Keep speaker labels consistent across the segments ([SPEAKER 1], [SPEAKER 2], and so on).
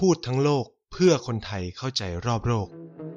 [SPEAKER 1] พูดทั้งโลกเพื่อคนไทยเข้าใจรอบโลก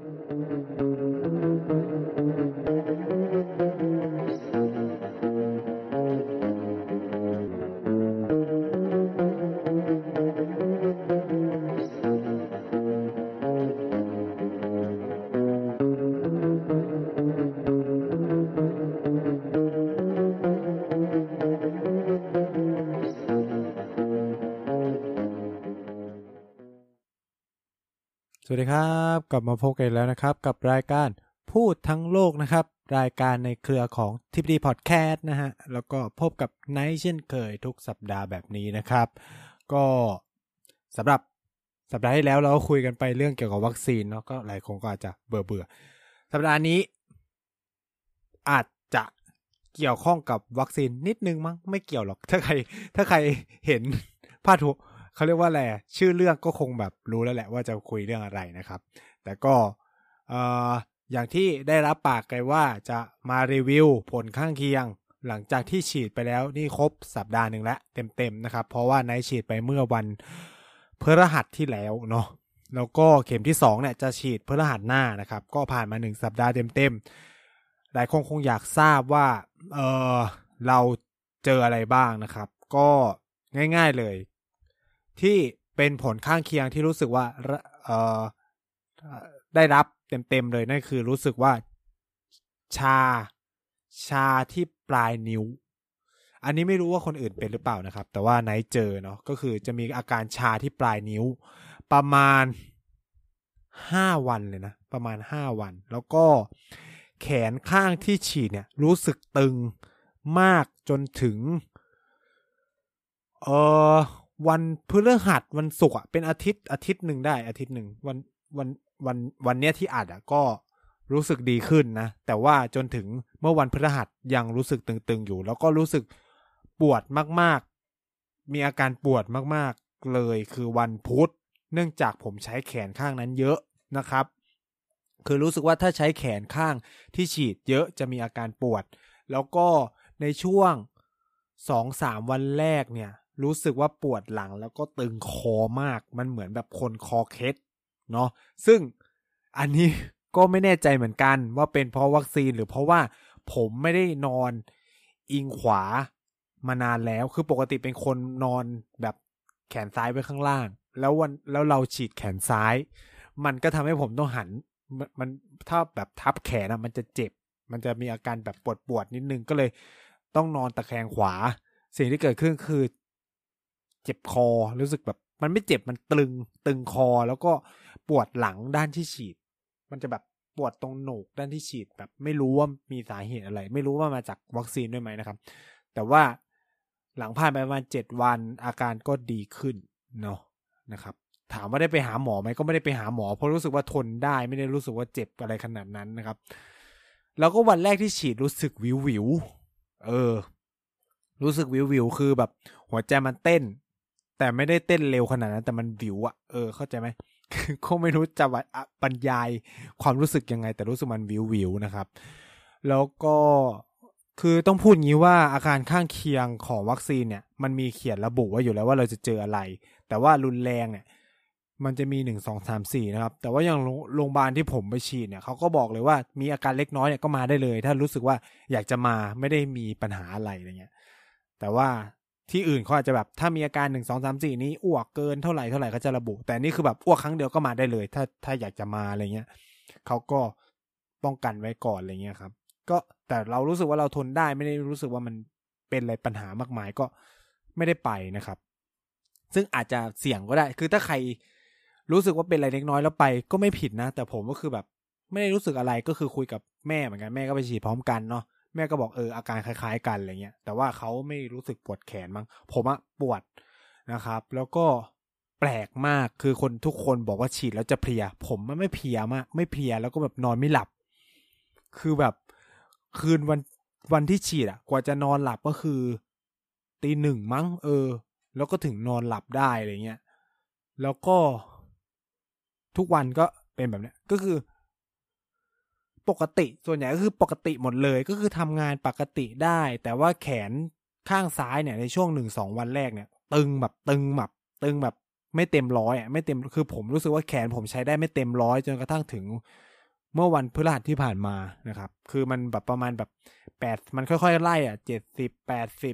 [SPEAKER 2] สวัสดีครับกลับมาพบกันแล้วนะครับกับรายการพูดทั้งโลกนะครับรายการในเครือของทิปดีพอดแคสต์นะฮะแล้วก็พบกับไนท์เช่นเคยทุกสัปดาห์แบบนี้นะครับก็สำหรับสัปดาห์ที่แล้วเราก็คุยกันไปเรื่องเกี่ยวกับวัคซีนเนาะก็หลายคนก็อาจจะเบื่อสัปดาห์นี้อาจจะเกี่ยวข้องกับวัคซีนนิดนึงมั้งไม่เกี่ยวหรอกถ้าใครเห็นพาดหัวเขาเรียกว่าอะไรชื่อเรื่องก็คงแบบรู้แล้วแหละว่าจะคุยเรื่องอะไรนะครับแต่ก็อย่างที่ได้รับปากกันว่าจะมารีวิวผลข้างเคียงหลังจากที่ฉีดไปแล้วนี่ครบสัปดาห์นึงแล้วเต็มนะครับเพราะว่าไนท์ฉีดไปเมื่อวันพฤหัสที่แล้วเนาะแล้วก็เข็มที่2เนี่ยจะฉีดพฤหัสหน้านะครับก็ผ่านมา1สัปดาห์เต็มหลายคนคงอยากทราบว่าเราเจออะไรบ้างนะครับก็ง่ายๆเลยที่เป็นผลข้างเคียงที่รู้สึกว่าได้รับเต็มเลยนั่นคือรู้สึกว่าชาที่ปลายนิ้วอันนี้ไม่รู้ว่าคนอื่นเป็นหรือเปล่านะครับแต่ว่าไนท์เจอเนาะก็คือจะมีอาการชาที่ปลายนิ้วประมาณ5วันเลยนะประมาณ5วันแล้วก็แขนข้างที่ฉีดเนี่ยรู้สึกตึงมากจนถึงวันพฤหัสวันศุกร์เป็นอาทิตย์นึงได้อาทิตย์นึงวันเนี้ยที่อัดก็รู้สึกดีขึ้นนะแต่ว่าจนถึงเมื่อวันพฤหัสยังรู้สึกตึงๆอยู่แล้วก็รู้สึกปวดมากๆมีอาการปวดมากๆเลยคือวันพุธเนื่องจากผมใช้แขนข้างนั้นเยอะนะครับคือรู้สึกว่าถ้าใช้แขนข้างที่ฉีดเยอะจะมีอาการปวดแล้วก็ในช่วง 2-3 วันแรกเนี่ยรู้สึกว่าปวดหลังแล้วก็ตึงคอมากมันเหมือนแบบคนคอเคล็ดเนาะซึ่งอันนี้ก็ไม่แน่ใจเหมือนกันว่าเป็นเพราะวัคซีนหรือเพราะว่าผมไม่ได้นอนอิงขวามานานแล้วคือปกติเป็นคนนอนแบบแขนซ้ายไว้ข้างล่างแล้วเราฉีดแขนซ้ายมันก็ทำให้ผมต้องหันมันถ้าแบบทับแขนมันจะเจ็บมันจะมีอาการแบบปวดนิดนึงก็เลยต้องนอนตะแคงขวาสิ่งที่เกิดขึ้นคือเจ็บคอรู้สึกแบบมันไม่เจ็บมันตึงคอแล้วก็ปวดหลังด้านที่ฉีดมันจะแบบปวดตรงโหนกด้านที่ฉีดแบบไม่รู้ว่ามีสาเหตุอะไรไม่รู้ว่ามาจากวัคซีนด้วยไหมนะครับแต่ว่าหลังผ่านไปประมาณ7วันอาการก็ดีขึ้นเนาะนะครับถามว่าได้ไปหาหมอไหมก็ไม่ได้ไปหาหมอเพราะรู้สึกว่าทนได้ไม่ได้รู้สึกว่าเจ็บอะไรขนาดนั้นนะครับแล้วก็วันแรกที่ฉีดรู้สึกวิวรู้สึกวิวคือแบบหัวใจมันเต้นแต่ไม่ได้เต้นเร็วขนาดนั้นแต่มันวิวเข้าใจไหมก็ไม่รู้จะบรรยายความรู้สึกยังไงแต่รู้สึกมันวิวนะครับแล้วก็คือต้องพูดงี้ว่าอาการข้างเคียงของวัคซีนเนี่ยมันมีเขียนระบุไว้อยู่แล้วว่าเราจะเจออะไรแต่ว่ารุนแรงเนี่ยมันจะมี1 2 3 4นะครับแต่ว่าอย่างโรงพยาบาลที่ผมไปฉีดเนี่ยเขาก็บอกเลยว่ามีอาการเล็กน้อยเนี่ยก็มาได้เลยถ้ารู้สึกว่าอยากจะมาไม่ได้มีปัญหาอะไรอะไรเงี้ยแต่ว่าที่อื่นเขาอาจจะแบบถ้ามีอาการ1 2 3 4นี้อ้วกเกินเท่าไหร่เขาจะระบุแต่นี่คือแบบอ้วกครั้งเดียวก็มาได้เลยถ้าอยากจะมาอะไรเงี้ยเขาก็ป้องกันไว้ก่อนอะไรเงี้ยครับก็แต่เรารู้สึกว่าเราทนได้ไม่ได้รู้สึกว่ามันเป็นอะไรปัญหามากมายก็ไม่ได้ไปนะครับซึ่งอาจจะเสี่ยงก็ได้คือถ้าใครรู้สึกว่าเป็นอะไรเล็กน้อยแล้วไปก็ไม่ผิดนะแต่ผมก็คือแบบไม่ได้รู้สึกอะไรก็คือคุยกับแม่เหมือนกันแม่ก็ไปฉีดพร้อมกันเนาะแม่ก็บอกอาการคล้ายๆกันอะไรเงี้ยแต่ว่าเขาไม่รู้สึกปวดแขนมั้งผมปวดนะครับแล้วก็แปลกมากคือคนทุกคนบอกว่าฉีดแล้วจะเพลียผมไม่เพลียมากไม่เพลียแล้วก็แบบนอนไม่หลับคือแบบคืนวันที่ฉีดกว่าจะนอนหลับก็คือ 1:00 มั้งแล้วก็ถึงนอนหลับได้อะไรเงี้ยแล้วก็ทุกวันก็เป็นแบบนี้ก็คือปกติส่วนใหญ่ก็คือปกติหมดเลยก็คือทำงานปกติได้แต่ว่าแขนข้างซ้ายเนี่ยในช่วง 1-2 วันแรกเนี่ยตึงแบบไม่เต็มร้อยไม่เต็มคือผมรู้สึกว่าแขนผมใช้ได้ไม่เต็มร้อยจนกระทั่งถึงเมื่อวันพฤหัสที่ผ่านมานะครับคือมันแบบประมาณแบบมันค่อยๆไล่70 80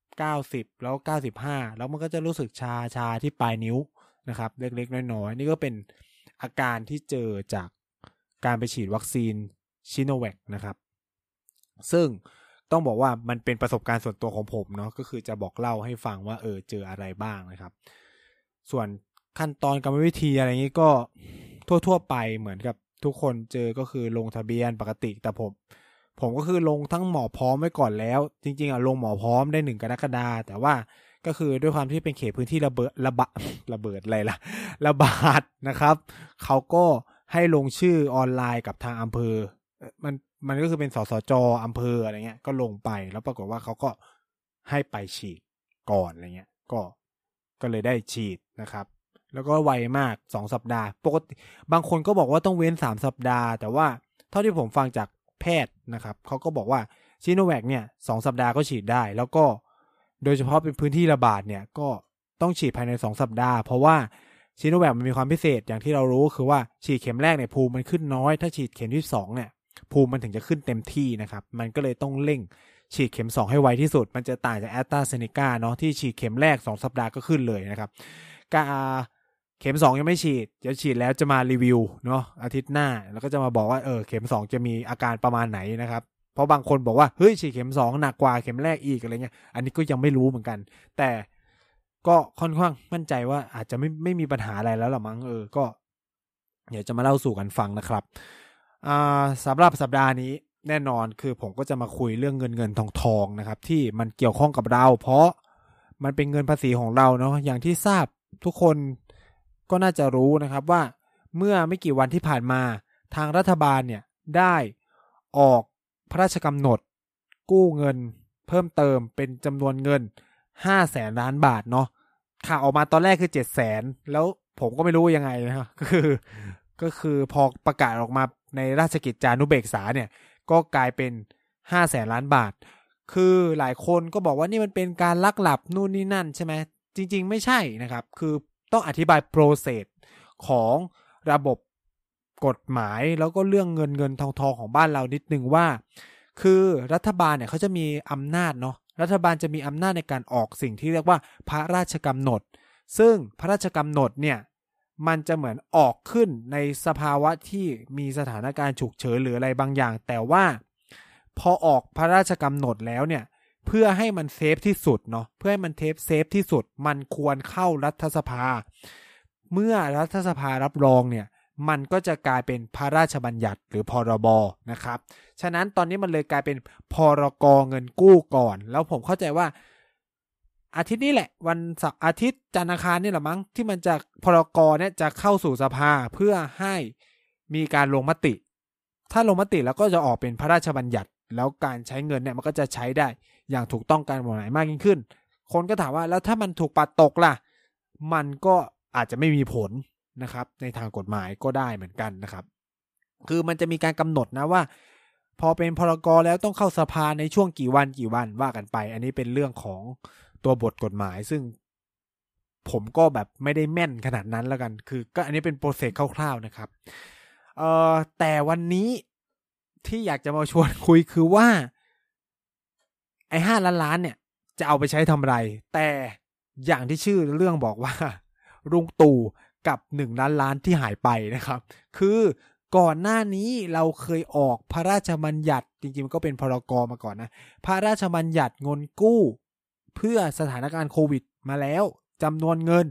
[SPEAKER 2] 90แล้ว95แล้วมันก็จะรู้สึกชาที่ปลายนิ้วนะครับเล็กๆน้อยๆนี่ก็เป็นอาการที่เจอจากการไปฉีดวัคซีนชิโนแวคนะครับซึ่งต้องบอกว่ามันเป็นประสบการณ์ส่วนตัวของผมเนาะก็คือจะบอกเล่าให้ฟังว่าเจออะไรบ้างนะครับส่วนขั้นตอนกรรมวิธีอะไรอย่างนี้ก็ทั่วๆไปเหมือนกับทุกคนเจอก็คือลงทะเบียนปกติแต่ผมก็คือลงทั้งหมอพร้อมไว้ก่อนแล้วจริงๆลงหมอพร้อมได้1 กรกฎาคมแต่ว่าก็คือด้วยความที่เป็นเขตพื้นที่ระเบิดอะไรล่ะระบาดนะครับเขาก็ให้ลงชื่อออนไลน์กับทางอำเภอมันก็คือเป็นสสจ.อำเภออะไรเงี้ยก็ลงไปแล้วปรากฏว่าเขาก็ให้ไปฉีดก่อนอะไรเงี้ยก็เลยได้ฉีดนะครับแล้วก็ไวมาก2 สัปดาห์ปกติบางคนก็บอกว่าต้องเว้น3 สัปดาห์แต่ว่าเท่าที่ผมฟังจากแพทย์นะครับเขาก็บอกว่าซิโนแวคเนี่ย2 สัปดาห์ก็ฉีดได้แล้วก็โดยเฉพาะเป็นพื้นที่ระบาดเนี่ยก็ต้องฉีดภายใน2 สัปดาห์เพราะว่าซิโนแวคมันมีความพิเศษอย่างที่เรารู้คือว่าฉีดเข็มแรกเนี่ยภูมิมันขึ้นน้อยถ้าฉีดเข็มที่2เนี่ยภูมิมันถึงจะขึ้นเต็มที่นะครับมันก็เลยต้องเร่งฉีดเข็ม2ให้ไวที่สุดมันจะต่างจากแอสตราเซเนกาเนาะที่ฉีดเข็มแรก2 สัปดาห์ก็ขึ้นเลยนะครับเข็ม2ยังไม่ฉีดเดี๋ยวฉีดแล้วจะมารีวิวเนาะอาทิตย์หน้าแล้วก็จะมาบอกว่าเข็ม2จะมีอาการประมาณไหนนะครับเพราะบางคนบอกว่าเฮ้ยฉีดเข็ม2หนักกว่าเข็มแรกอีกอะไรเงี้ยอันนี้ก็ยังไม่รู้เหมือนกันแต่ก็ค่อนข้างมั่นใจว่าอาจจะไม่มีปัญหาอะไรแล้วหรอมั้งก็เดี๋ยวจะมาเล่าสู่กันฟังนะครับสำหรับสัปดาห์นี้แน่นอนคือผมก็จะมาคุยเรื่องเงินทองนะครับที่มันเกี่ยวข้องกับเราเพราะมันเป็นเงินภาษีของเราเนาะอย่างที่ทราบทุกคนก็น่าจะรู้นะครับว่าเมื่อไม่กี่วันที่ผ่านมาทางรัฐบาลเนี่ยได้ออกพระราชกำหนดกู้เงินเพิ่มเติมเป็นจำนวนเงิน500,000 ล้านบาทเนาะข่าวออกมาตอนแรกคือ700,000แล้วผมก็ไม่รู้ยังไงนะครับก็คือพอประกาศออกมาในราชกิจจานุเบกษาเนี่ยก็กลายเป็น500,000 ล้านบาทคือหลายคนก็บอกว่านี่มันเป็นการลักหลับนู่นนี่นั่นใช่ไหมจริงๆไม่ใช่นะครับคือต้องอธิบายโปรเซสของระบบกฎหมายแล้วก็เรื่องเงินทองของบ้านเรานิดนึงว่าคือรัฐบาลเนี่ยเขาจะมีอำนาจเนาะรัฐบาลจะมีอำนาจในการออกสิ่งที่เรียกว่าพระราชกำหนดซึ่งพระราชกำหนดเนี่ยมันจะเหมือนออกขึ้นในสภาวะที่มีสถานการณ์ฉุกเฉินหรืออะไรบางอย่างแต่ว่าพอออกพระราชกำหนดแล้วเนี่ยเพื่อให้มันเซฟที่สุดเนาะเพื่อให้มันเซฟที่สุดมันควรเข้ารัฐสภาเมื่อรัฐสภารับรองเนี่ยมันก็จะกลายเป็นพระราชบัญญัติหรือพรบนะครับฉะนั้นตอนนี้มันเลยกลายเป็นพรกเงินกู้ก่อนแล้วผมเข้าใจว่าอาทิตย์นี้แหละวันอาทิตย์จันทร์อังคารนี่แหละมั้งที่มันจะพรกเนี่ยจะเข้าสู่สภาเพื่อให้มีการลงมติถ้าลงมติแล้วก็จะออกเป็นพระราชบัญญัติแล้วการใช้เงินเนี่ยมันก็จะใช้ได้อย่างถูกต้องการกฎหมายมากยิ่งขึ้นคนก็ถามว่าแล้วถ้ามันถูกปัดตกล่ะมันก็อาจจะไม่มีผลนะครับในทางกฎหมายก็ได้เหมือนกันนะครับคือมันจะมีการกำหนดนะว่าพอเป็นพรกแล้วต้องเข้าสภาในช่วงกี่วันว่ากันไปอันนี้เป็นเรื่องของตัวบทกฎหมายซึ่งผมก็แบบไม่ได้แม่นขนาดนั้นแล้วกันคือก็อันนี้เป็นโปรเซสคร่าวๆนะครับแต่วันนี้ที่อยากจะมาชวนคุยคือว่าไอ้5 ล้านเนี่ยจะเอาไปใช้ทำไรแต่อย่างที่ชื่อเรื่องบอกว่าลุงตู่กับ1 ล้านที่หายไปนะครับคือก่อนหน้านี้เราเคยออกพระราชบัญญัติจริงๆมันก็เป็นพรกมาก่อนนะพระราชบัญญัติเงินกู้เพื่อสถานการณ์โควิดมาแล้วจำนวนเงิน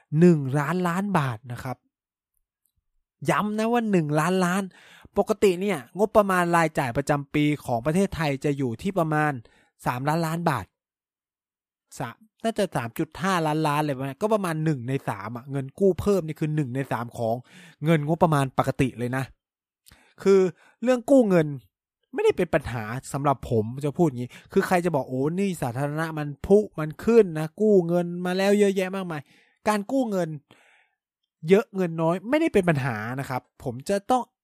[SPEAKER 2] 1 ล้านบาทนะครับย้ำนะว่า1 ล้านปกติเนี่ยงบประมาณรายจ่ายประจำปีของประเทศไทยจะอยู่ที่ประมาณ3 ล้านบาทน่าจะ 3.5 ล้านอะไรประมาณก็ประมาณ1 ใน 3เงินกู้เพิ่มนี่คือ1 ใน 3ของเงินงบประมาณปกติเลยนะคือเรื่องกู้เงินไม่ได้เป็นปัญหาสำหรับผมจะพูดอย่างนี้คือใครจะบอกโอ้นี่สาธารณะมันขึ้นนะกู้เงินมาแล้วเยอะแยะมากมายการกู้เงินเยอะเงินน้อยไม่ได้เป็นปัญหานะครับผมจะต้อง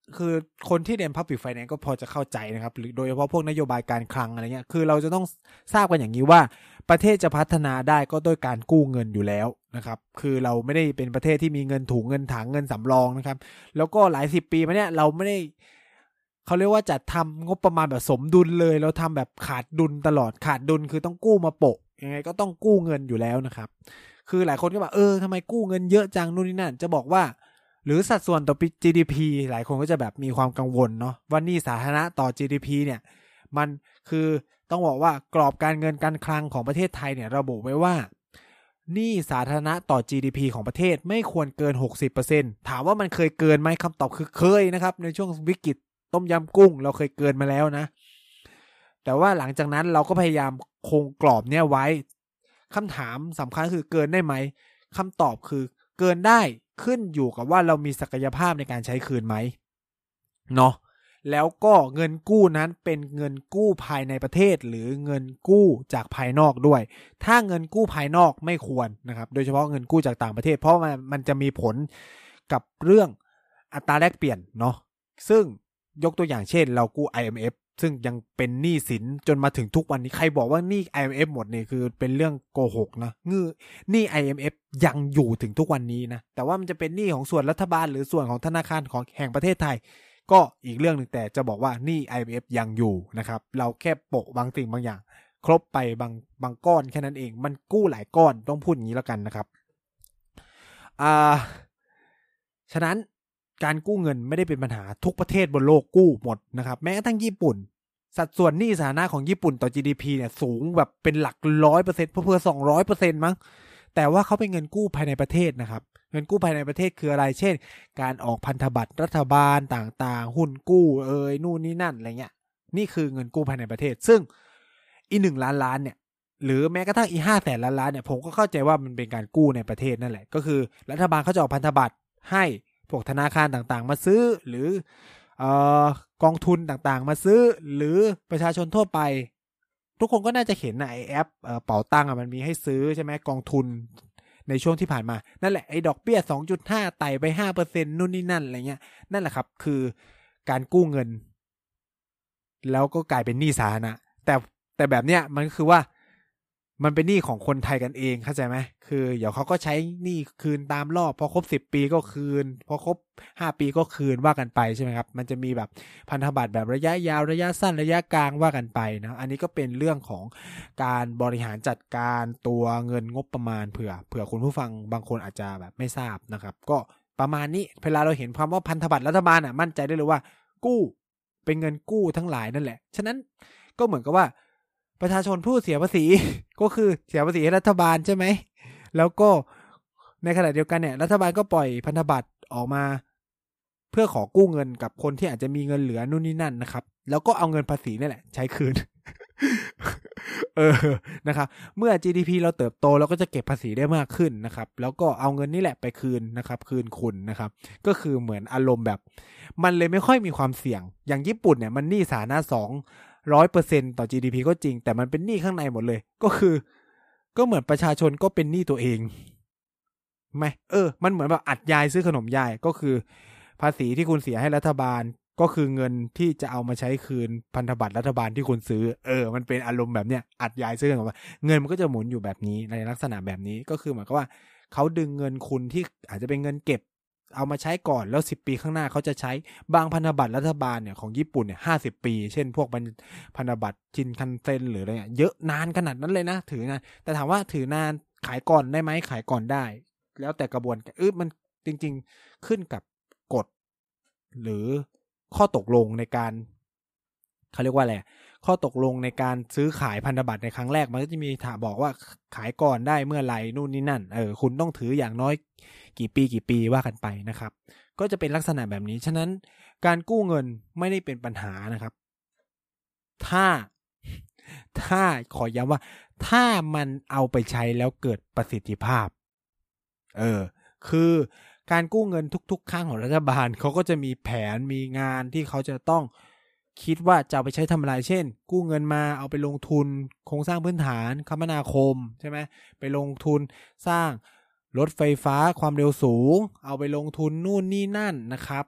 [SPEAKER 2] คือคนที่เรียน Public Finance ก็พอจะเข้าใจนะครับหรือโดยเฉพาะพวกนโยบายการคลังอะไรเงี้ยคือเราจะต้องทราบกันอย่างนี้ว่าประเทศจะพัฒนาได้ก็ด้วยการกู้เงินอยู่แล้วนะครับคือเราไม่ได้เป็นประเทศที่มีเงินถุงเงินถังเงินสำรองนะครับแล้วก็หลายสิบปีมาเนี้ยเราไม่ได้เขาเรียกว่าจัดทำงบประมาณแบบสมดุลเลยเราทำแบบขาดดุลตลอดขาดดุลคือต้องกู้มาโปะยังไงก็ต้องกู้เงินอยู่แล้วนะครับคือหลายคนก็บอกทำไมกู้เงินเยอะจังนู่นนี่นั่นจะบอกว่าหรือสัดส่วนต่อ GDP หลายคนก็จะแบบมีความกังวลเนาะว่าหนี้สาธารณะต่อ GDP เนี่ยมันคือต้องบอกว่ากรอบการเงินการคลังของประเทศไทยเนี่ยระบุไว้ว่าหนี้สาธารณะต่อ GDP ของประเทศไม่ควรเกิน 60% ถามว่ามันเคยเกินไหมคำตอบคือเคยนะครับในช่วงวิกฤตต้มยำกุ้งเราเคยเกินมาแล้วนะแต่ว่าหลังจากนั้นเราก็พยายามคงกรอบเนี่ยไว้คำถามสำคัญคือเกินได้ไหมคำตอบคือเกินได้ขึ้นอยู่กับว่าเรามีศักยภาพในการใช้คืนไหมเนาะแล้วก็เงินกู้นั้นเป็นเงินกู้ภายในประเทศหรือเงินกู้จากภายนอกด้วยถ้าเงินกู้ภายนอกไม่ควรนะครับโดยเฉพาะเงินกู้จากต่างประเทศเพราะมันจะมีผลกับเรื่องอัตราแลกเปลี่ยนเนาะซึ่งยกตัวอย่างเช่นเรากู้ IMF ซึ่งยังเป็นหนี้สินจนมาถึงทุกวันนี้ใครบอกว่าหนี้ IMF หมดนี่คือเป็นเรื่องโกหกนะหนี้ IMF ยังอยู่ถึงทุกวันนี้นะแต่ว่ามันจะเป็นหนี้ของส่วนรัฐบาลหรือส่วนของธนาคารของแห่งประเทศไทยก็อีกเรื่องนึงแต่จะบอกว่าหนี้ IMF ยังอยู่นะครับเราแค่โปะบางสิ่งบางอย่างครบไปบางก้อนแค่นั้นเองมันกู้หลายก้อนต้องพูดอย่างนี้แล้วกันนะครับฉะนั้นการกู้เงินไม่ได้เป็นปัญหาทุกประเทศบนโลกกู้หมดนะครับแม้กระทั่งญี่ปุ่นสัดส่วนหนี้สาธารณะของญี่ปุ่นต่อ GDP เนี่ยสูงแบบเป็นหลัก 100% เพื่อ 200% มั้งแต่ว่าเขาเป็นเงินกู้ภายในประเทศนะครับเงินกู้ภายในประเทศคืออะไรเช่นการออกพันธบัตรรัฐบาลต่างๆหุ้นกู้นู่นนี่นั่นอะไรเงี้ยนี่คือเงินกู้ภายในประเทศซึ่งอี1 ล้านล้านเนี่ยหรือแม้กระทั่งอี500,000 ล้านล้านเนี่ยผมก็เข้าใจว่ามันเป็นการกู้ในประเทศนั่นแหละก็คือรัฐบาลเขาจะออกพันธบัตรให้พวกธนาคารต่างๆมาซื้อหรือกองทุนต่างๆมาซื้อหรือประชาชนทั่วไปทุกคนก็น่าจะเห็นนะไอแอปเป๋าตังค์มันมีให้ซื้อใช่ไหมกองทุนในช่วงที่ผ่านมานั่นแหละไอ้ดอกเบี้ย 2.5 ไต่ไป 5% นู่นนี่นั่นอะไรเงี้ยนั่นแหละครับคือการกู้เงินแล้วก็กลายเป็นหนี้สาธารณะแต่แบบเนี้ยมันคือว่ามันเป็นหนี้ของคนไทยกันเองเข้าใจไหมคือเดี๋ยวเขาก็ใช้หนี้คืนตามรอบพอครบ10 ปีก็คืนพอครบ5 ปีก็คืนว่ากันไปใช่ไหมครับมันจะมีแบบพันธบัตรแบบระยะยาวระยะสั้นระยะกลางว่ากันไปนะอันนี้ก็เป็นเรื่องของการบริหารจัดการตัวเงินงบประมาณเผื่อคุณผู้ฟังบางคนอาจจะแบบไม่ทราบนะครับก็ประมาณนี้เวลาเราเห็นคำว่าพันธบัตรรัฐบาลมั่นใจได้เลยว่ากู้เป็นเงินกู้ทั้งหลายนั่นแหละฉะนั้นก็เหมือนกับว่าประชาชนผู้เสียภาษีก็คือเสียภาษีให้รัฐบาลใช่ไหมแล้วก็ในขณะเดียวกันเนี่ยรัฐบาลก็ปล่อยพันธบัตรออกมาเพื่อขอกู้เงินกับคนที่อาจจะมีเงินเหลือนู่นนี่นั่นนะครับแล้วก็เอาเงินภาษีนี่แหละใช้คืน นะครับเมื่อ GDP เราเติบโตเราก็จะเก็บภาษีได้มากขึ้นนะครับแล้วก็เอาเงินนี่แหละไปคืนนะครับคืนคุณนะครับก็คือเหมือนอารมณ์แบบมันเลยไม่ค่อยมีความเสี่ยงอย่างญี่ปุ่นเนี่ยมันหนี้สาธารณะ100% ต่อ GDP ก็จริงแต่มันเป็นหนี้ข้างในหมดเลยก็เหมือนประชาชนก็เป็นหนี้ตัวเองไหมมันเหมือนแบบอัดยายซื้อขนมยายก็คือภาษีที่คุณเสียให้รัฐบาลก็คือเงินที่จะเอามาใช้คืนพันธบัตรรัฐบาลที่คุณซื้อมันเป็นอารมณ์แบบเนี้ยอัดยายซื้อกันว่าเงินมันก็จะหมุนอยู่แบบนี้ในลักษณะแบบนี้ก็คือเหมือนกับว่าเขาดึงเงินคุณที่อาจจะเป็นเงินเก็บเอามาใช้ก่อนแล้ว10 ปีข้างหน้าเขาจะใช้บางพันธบัตรรัฐบาลเนี่ยของญี่ปุ่นเนี่ย50 ปีเช่นพวกพันธบัตรชินคันเซ็นหรืออะไรเยอะนานขนาดนั้นเลยนะถือนานแต่ถามว่าถือนานขายก่อนได้ไหมขายก่อนได้แล้วแต่กระบวนมันจริงๆขึ้นกับกฎหรือข้อตกลงในการเขาเรียกว่าอะไรข้อตกลงในการซื้อขายพันธบัตรในครั้งแรกมันก็จะมีบอกว่าขายก่อนได้เมื่อไหร่นู่นนี่นั่นคุณต้องถืออย่างน้อยกี่ปีว่ากันไปนะครับก็จะเป็นลักษณะแบบนี้ฉะนั้นการกู้เงินไม่ได้เป็นปัญหานะครับถ้าขอย้ำว่าถ้ามันเอาไปใช้แล้วเกิดประสิทธิภาพคือการกู้เงินทุกๆครั้งของรัฐบาลเขาก็จะมีแผนมีงานที่เขาจะต้องคิดว่าจะเอาไปใช้ทำอะไรเช่นกู้เงินมาเอาไปลงทุนโครงสร้างพื้นฐานคมนาคมใช่ไหมไปลงทุนสร้างรถไฟฟ้าความเร็วสูงเอาไปลงทุนนู่นนี่นั่นนะครับ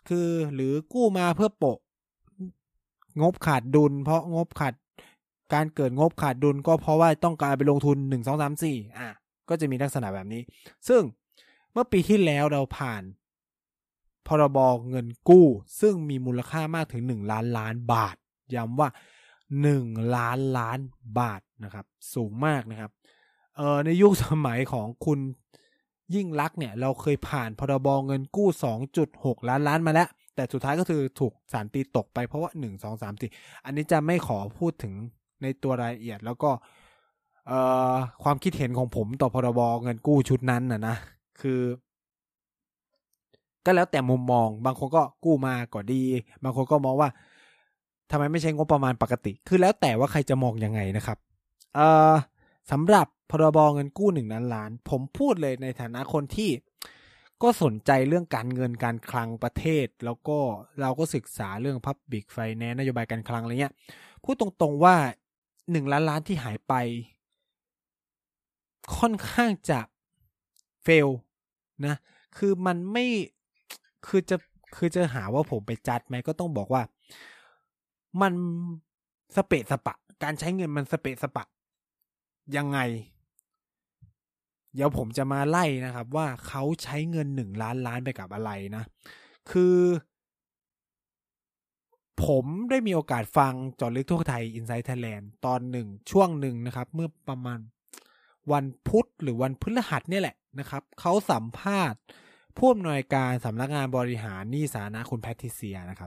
[SPEAKER 2] คือหรือกู้มาเพื่อโปะงบขาดดุลเพราะงบขาดการเกิดงบขาดดุลก็เพราะว่าต้องการไปลงทุน1 2 3 4ก็จะมีลักษณะแบบนี้ซึ่งเมื่อปีที่แล้วเราผ่านพรบเงินกู้ซึ่งมีมูลค่ามากถึง1 ล้านล้านบาทย้ำว่า1 ล้านล้านบาทนะครับสูงมากนะครับในยุคสมัยของคุณยิ่งลักษณ์เนี่ยเราเคยผ่านพรบเงินกู้ 2.6 ล้านล้านมาแล้วแต่สุดท้ายก็คือถูกศาลตีตกไปเพราะว่า1 2 3 4อันนี้จะไม่ขอพูดถึงในตัวรายละเอียดแล้วก็ความคิดเห็นของผมต่อพรบเงินกู้ชุดนั้นนะคือก็แล้วแต่มุมมองบางคนก็กู้มาก็ดีบางคนก็มองว่าทำไมไม่ใช้งบประมาณปกติคือแล้วแต่ว่าใครจะมองยังไงนะครับสำหรับพรบเงินกู้1 ล้านล้านผมพูดเลยในฐานะคนที่ก็สนใจเรื่องการเงินการคลังประเทศแล้วก็เราก็ศึกษาเรื่อง Public Finance นโยบายการคลังอะไรเงี้ยพูดตรงๆว่า1 ล้านล้านที่หายไปค่อนข้างจะเฟลนะคือมันไม่คือจะหาว่าผมไปจัดไหมก็ต้องบอกว่ามันสเปะสปะการใช้เงินมันสเปะสปะยังไงเดี๋ยวผมจะมาไล่นะครับว่าเขาใช้เงิน1 ล้านล้านไปกับอะไรนะคือผมได้มีโอกาสฟังเจาะลึกทั่วไทย Inside Thailand ตอนหนึ่งช่วงหนึ่งนะครับเมื่อประมาณวันพุธหรือวันพฤหัสเนี่ยแหละนะครับเขาสัมภาษณ์ผู้อำนวยการสำนักงานบริหารหนี้สาธารณะคุณแพทริเซียนะครับ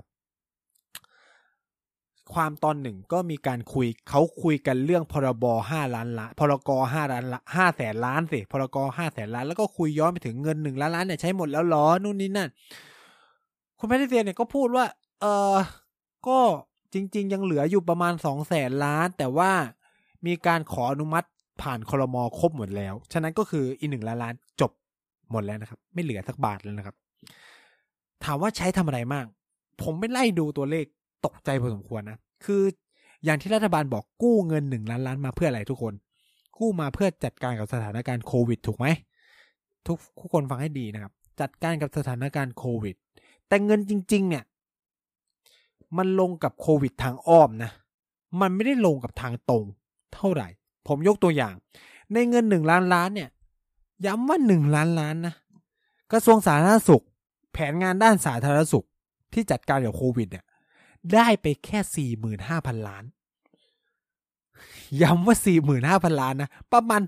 [SPEAKER 2] ความตอนหนึ่งก็มีการคุยกันเรื่องพรบ5 ล้านล้านพรก5 ล้าน5แสนล้านสิพรก5แสนล้านแล้วก็คุยย้อนไปถึงเงิน1 ล้านล้านเนี่ยใช้หมดแล้วหรอนู่นนี่นั่นคุณแพทริเซียเนี่ยก็พูดว่าก็จริงๆยังเหลืออยู่ประมาณ2 แสนล้านแต่ว่ามีการขออนุมัติผ่านครม.ครบหมดแล้วฉะนั้นก็คืออีก1 ล้านล้านจบหมดแล้วนะครับไม่เหลือสักบาทแล้วนะครับถามว่าใช้ทำอะไรมากผมไปไล่ดูตัวเลขตกใจพอสมควรนะคืออย่างที่รัฐบาลบอกกู้เงิน1 ล้านล้านมาเพื่ออะไรทุกคนกู้มาเพื่อจัดการกับสถานการณ์โควิดถูกไหมทุกคนฟังให้ดีนะครับจัดการกับสถานการณ์โควิดแต่เงินจริงๆเนี่ยมันลงกับโควิดทางอ้อมนะมันไม่ได้ลงกับทางตรงเท่าไหร่ผมยกตัวอย่างในเงิน1 ล้านล้านเนี่ยย้ำว่า1 ล้านล้านนะกระทรวงสาธารณสุขแผนงานด้านสาธารณสุขที่จัดการกับโควิดเนี่ยได้ไปแค่ 45,000 ล้านย้ำว่า 45,000 ล้านนะประมาณ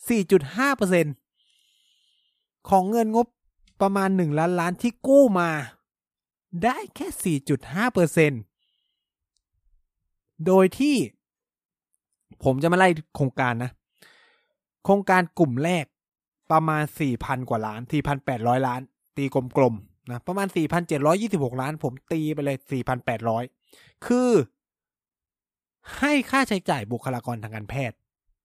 [SPEAKER 2] 4.5% ของเงินงบประมาณ1 ล้านล้านที่กู้มาได้แค่ 4.5% โดยที่ผมจะมาไล่โครงการนะโครงการกลุ่มแรกประมาณ 4,000 กว่าล้าน 4,800 ล้านตีกลมๆนะประมาณ 4,726 ล้านผมตีไปเลย 4,800 คือให้ค่าใช้จ่ายบุคลากรทางการแพทย์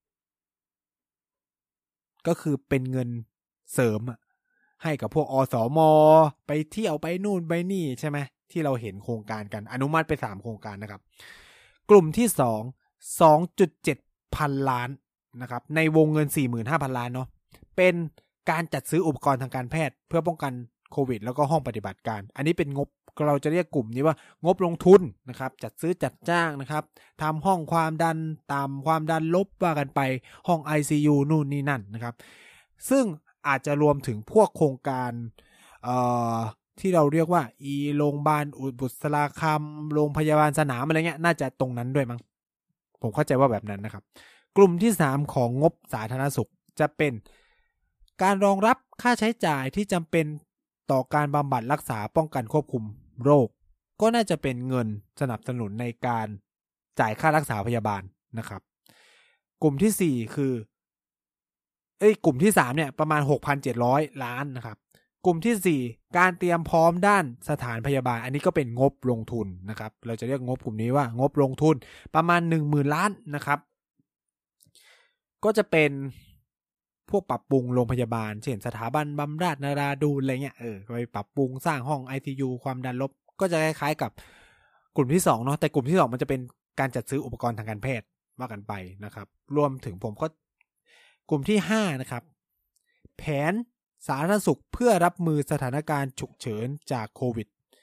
[SPEAKER 2] ก็คือเป็นเงินเสริมให้กับพวกอสม.ไปเที่ยวไปนู่นไปนี่ใช่ไหมที่เราเห็นโครงการกันอนุมัติไป3 โครงการนะครับกลุ่มที่2 2.7 พันล้านนะครับในวงเงิน 45,000 ล้านเนาะเป็นการจัดซื้ออุปกรณ์ทางการแพทย์เพื่อป้องกันโควิดแล้วก็ห้องปฏิบัติการอันนี้เป็นงบเราจะเรียกกลุ่มนี้ว่างบลงทุนนะครับจัดซื้อจัดจ้างนะครับทำห้องความดันต่ำความดันลบว่ากันไปห้อง ICU นู่นนี่นั่นนะครับซึ่งอาจจะรวมถึงพวกโครงการที่เราเรียกว่าโรงพยาบาลบุษราคำโรงพยาบาลสนามอะไรเงี้ยน่าจะตรงนั้นด้วยมั้งผมเข้าใจว่าแบบนั้นนะครับกลุ่มที่3ของงบสาธารณสุขจะเป็นการรองรับค่าใช้จ่ายที่จำเป็นต่อการบำบัดรักษาป้องกันควบคุมโรคก็น่าจะเป็นเงินสนับสนุนในการจ่ายค่ารักษาพยาบาลนะครับกลุ่มที่4คือกลุ่มที่3เนี่ยประมาณ 6,700 ล้านนะครับกลุ่มที่4การเตรียมพร้อมด้านสถานพยาบาลอันนี้ก็เป็นงบลงทุนนะครับเราจะเรียกงบกลุ่มนี้ว่างบลงทุนประมาณ 10,000 ล้านนะครับก็จะเป็นพวกปรับปรุงโรงพยาบาลเช่นสถาบันบำราศนราดูนอะไรเงี้ยไปปรับปรุงสร้างห้อง ICU ความดันลบก็จะคล้ายๆกับกลุ่มที่2เนาะแต่กลุ่มที่2มันจะเป็นการจัดซื้ออุปกรณ์ทางการแพทย์ว่ากันไปนะครับรวมถึงผมก็กลุ่มที่5นะครับแผนสาธารณสุขเพื่อรับมือสถานการณ์ฉุกเฉินจากโควิด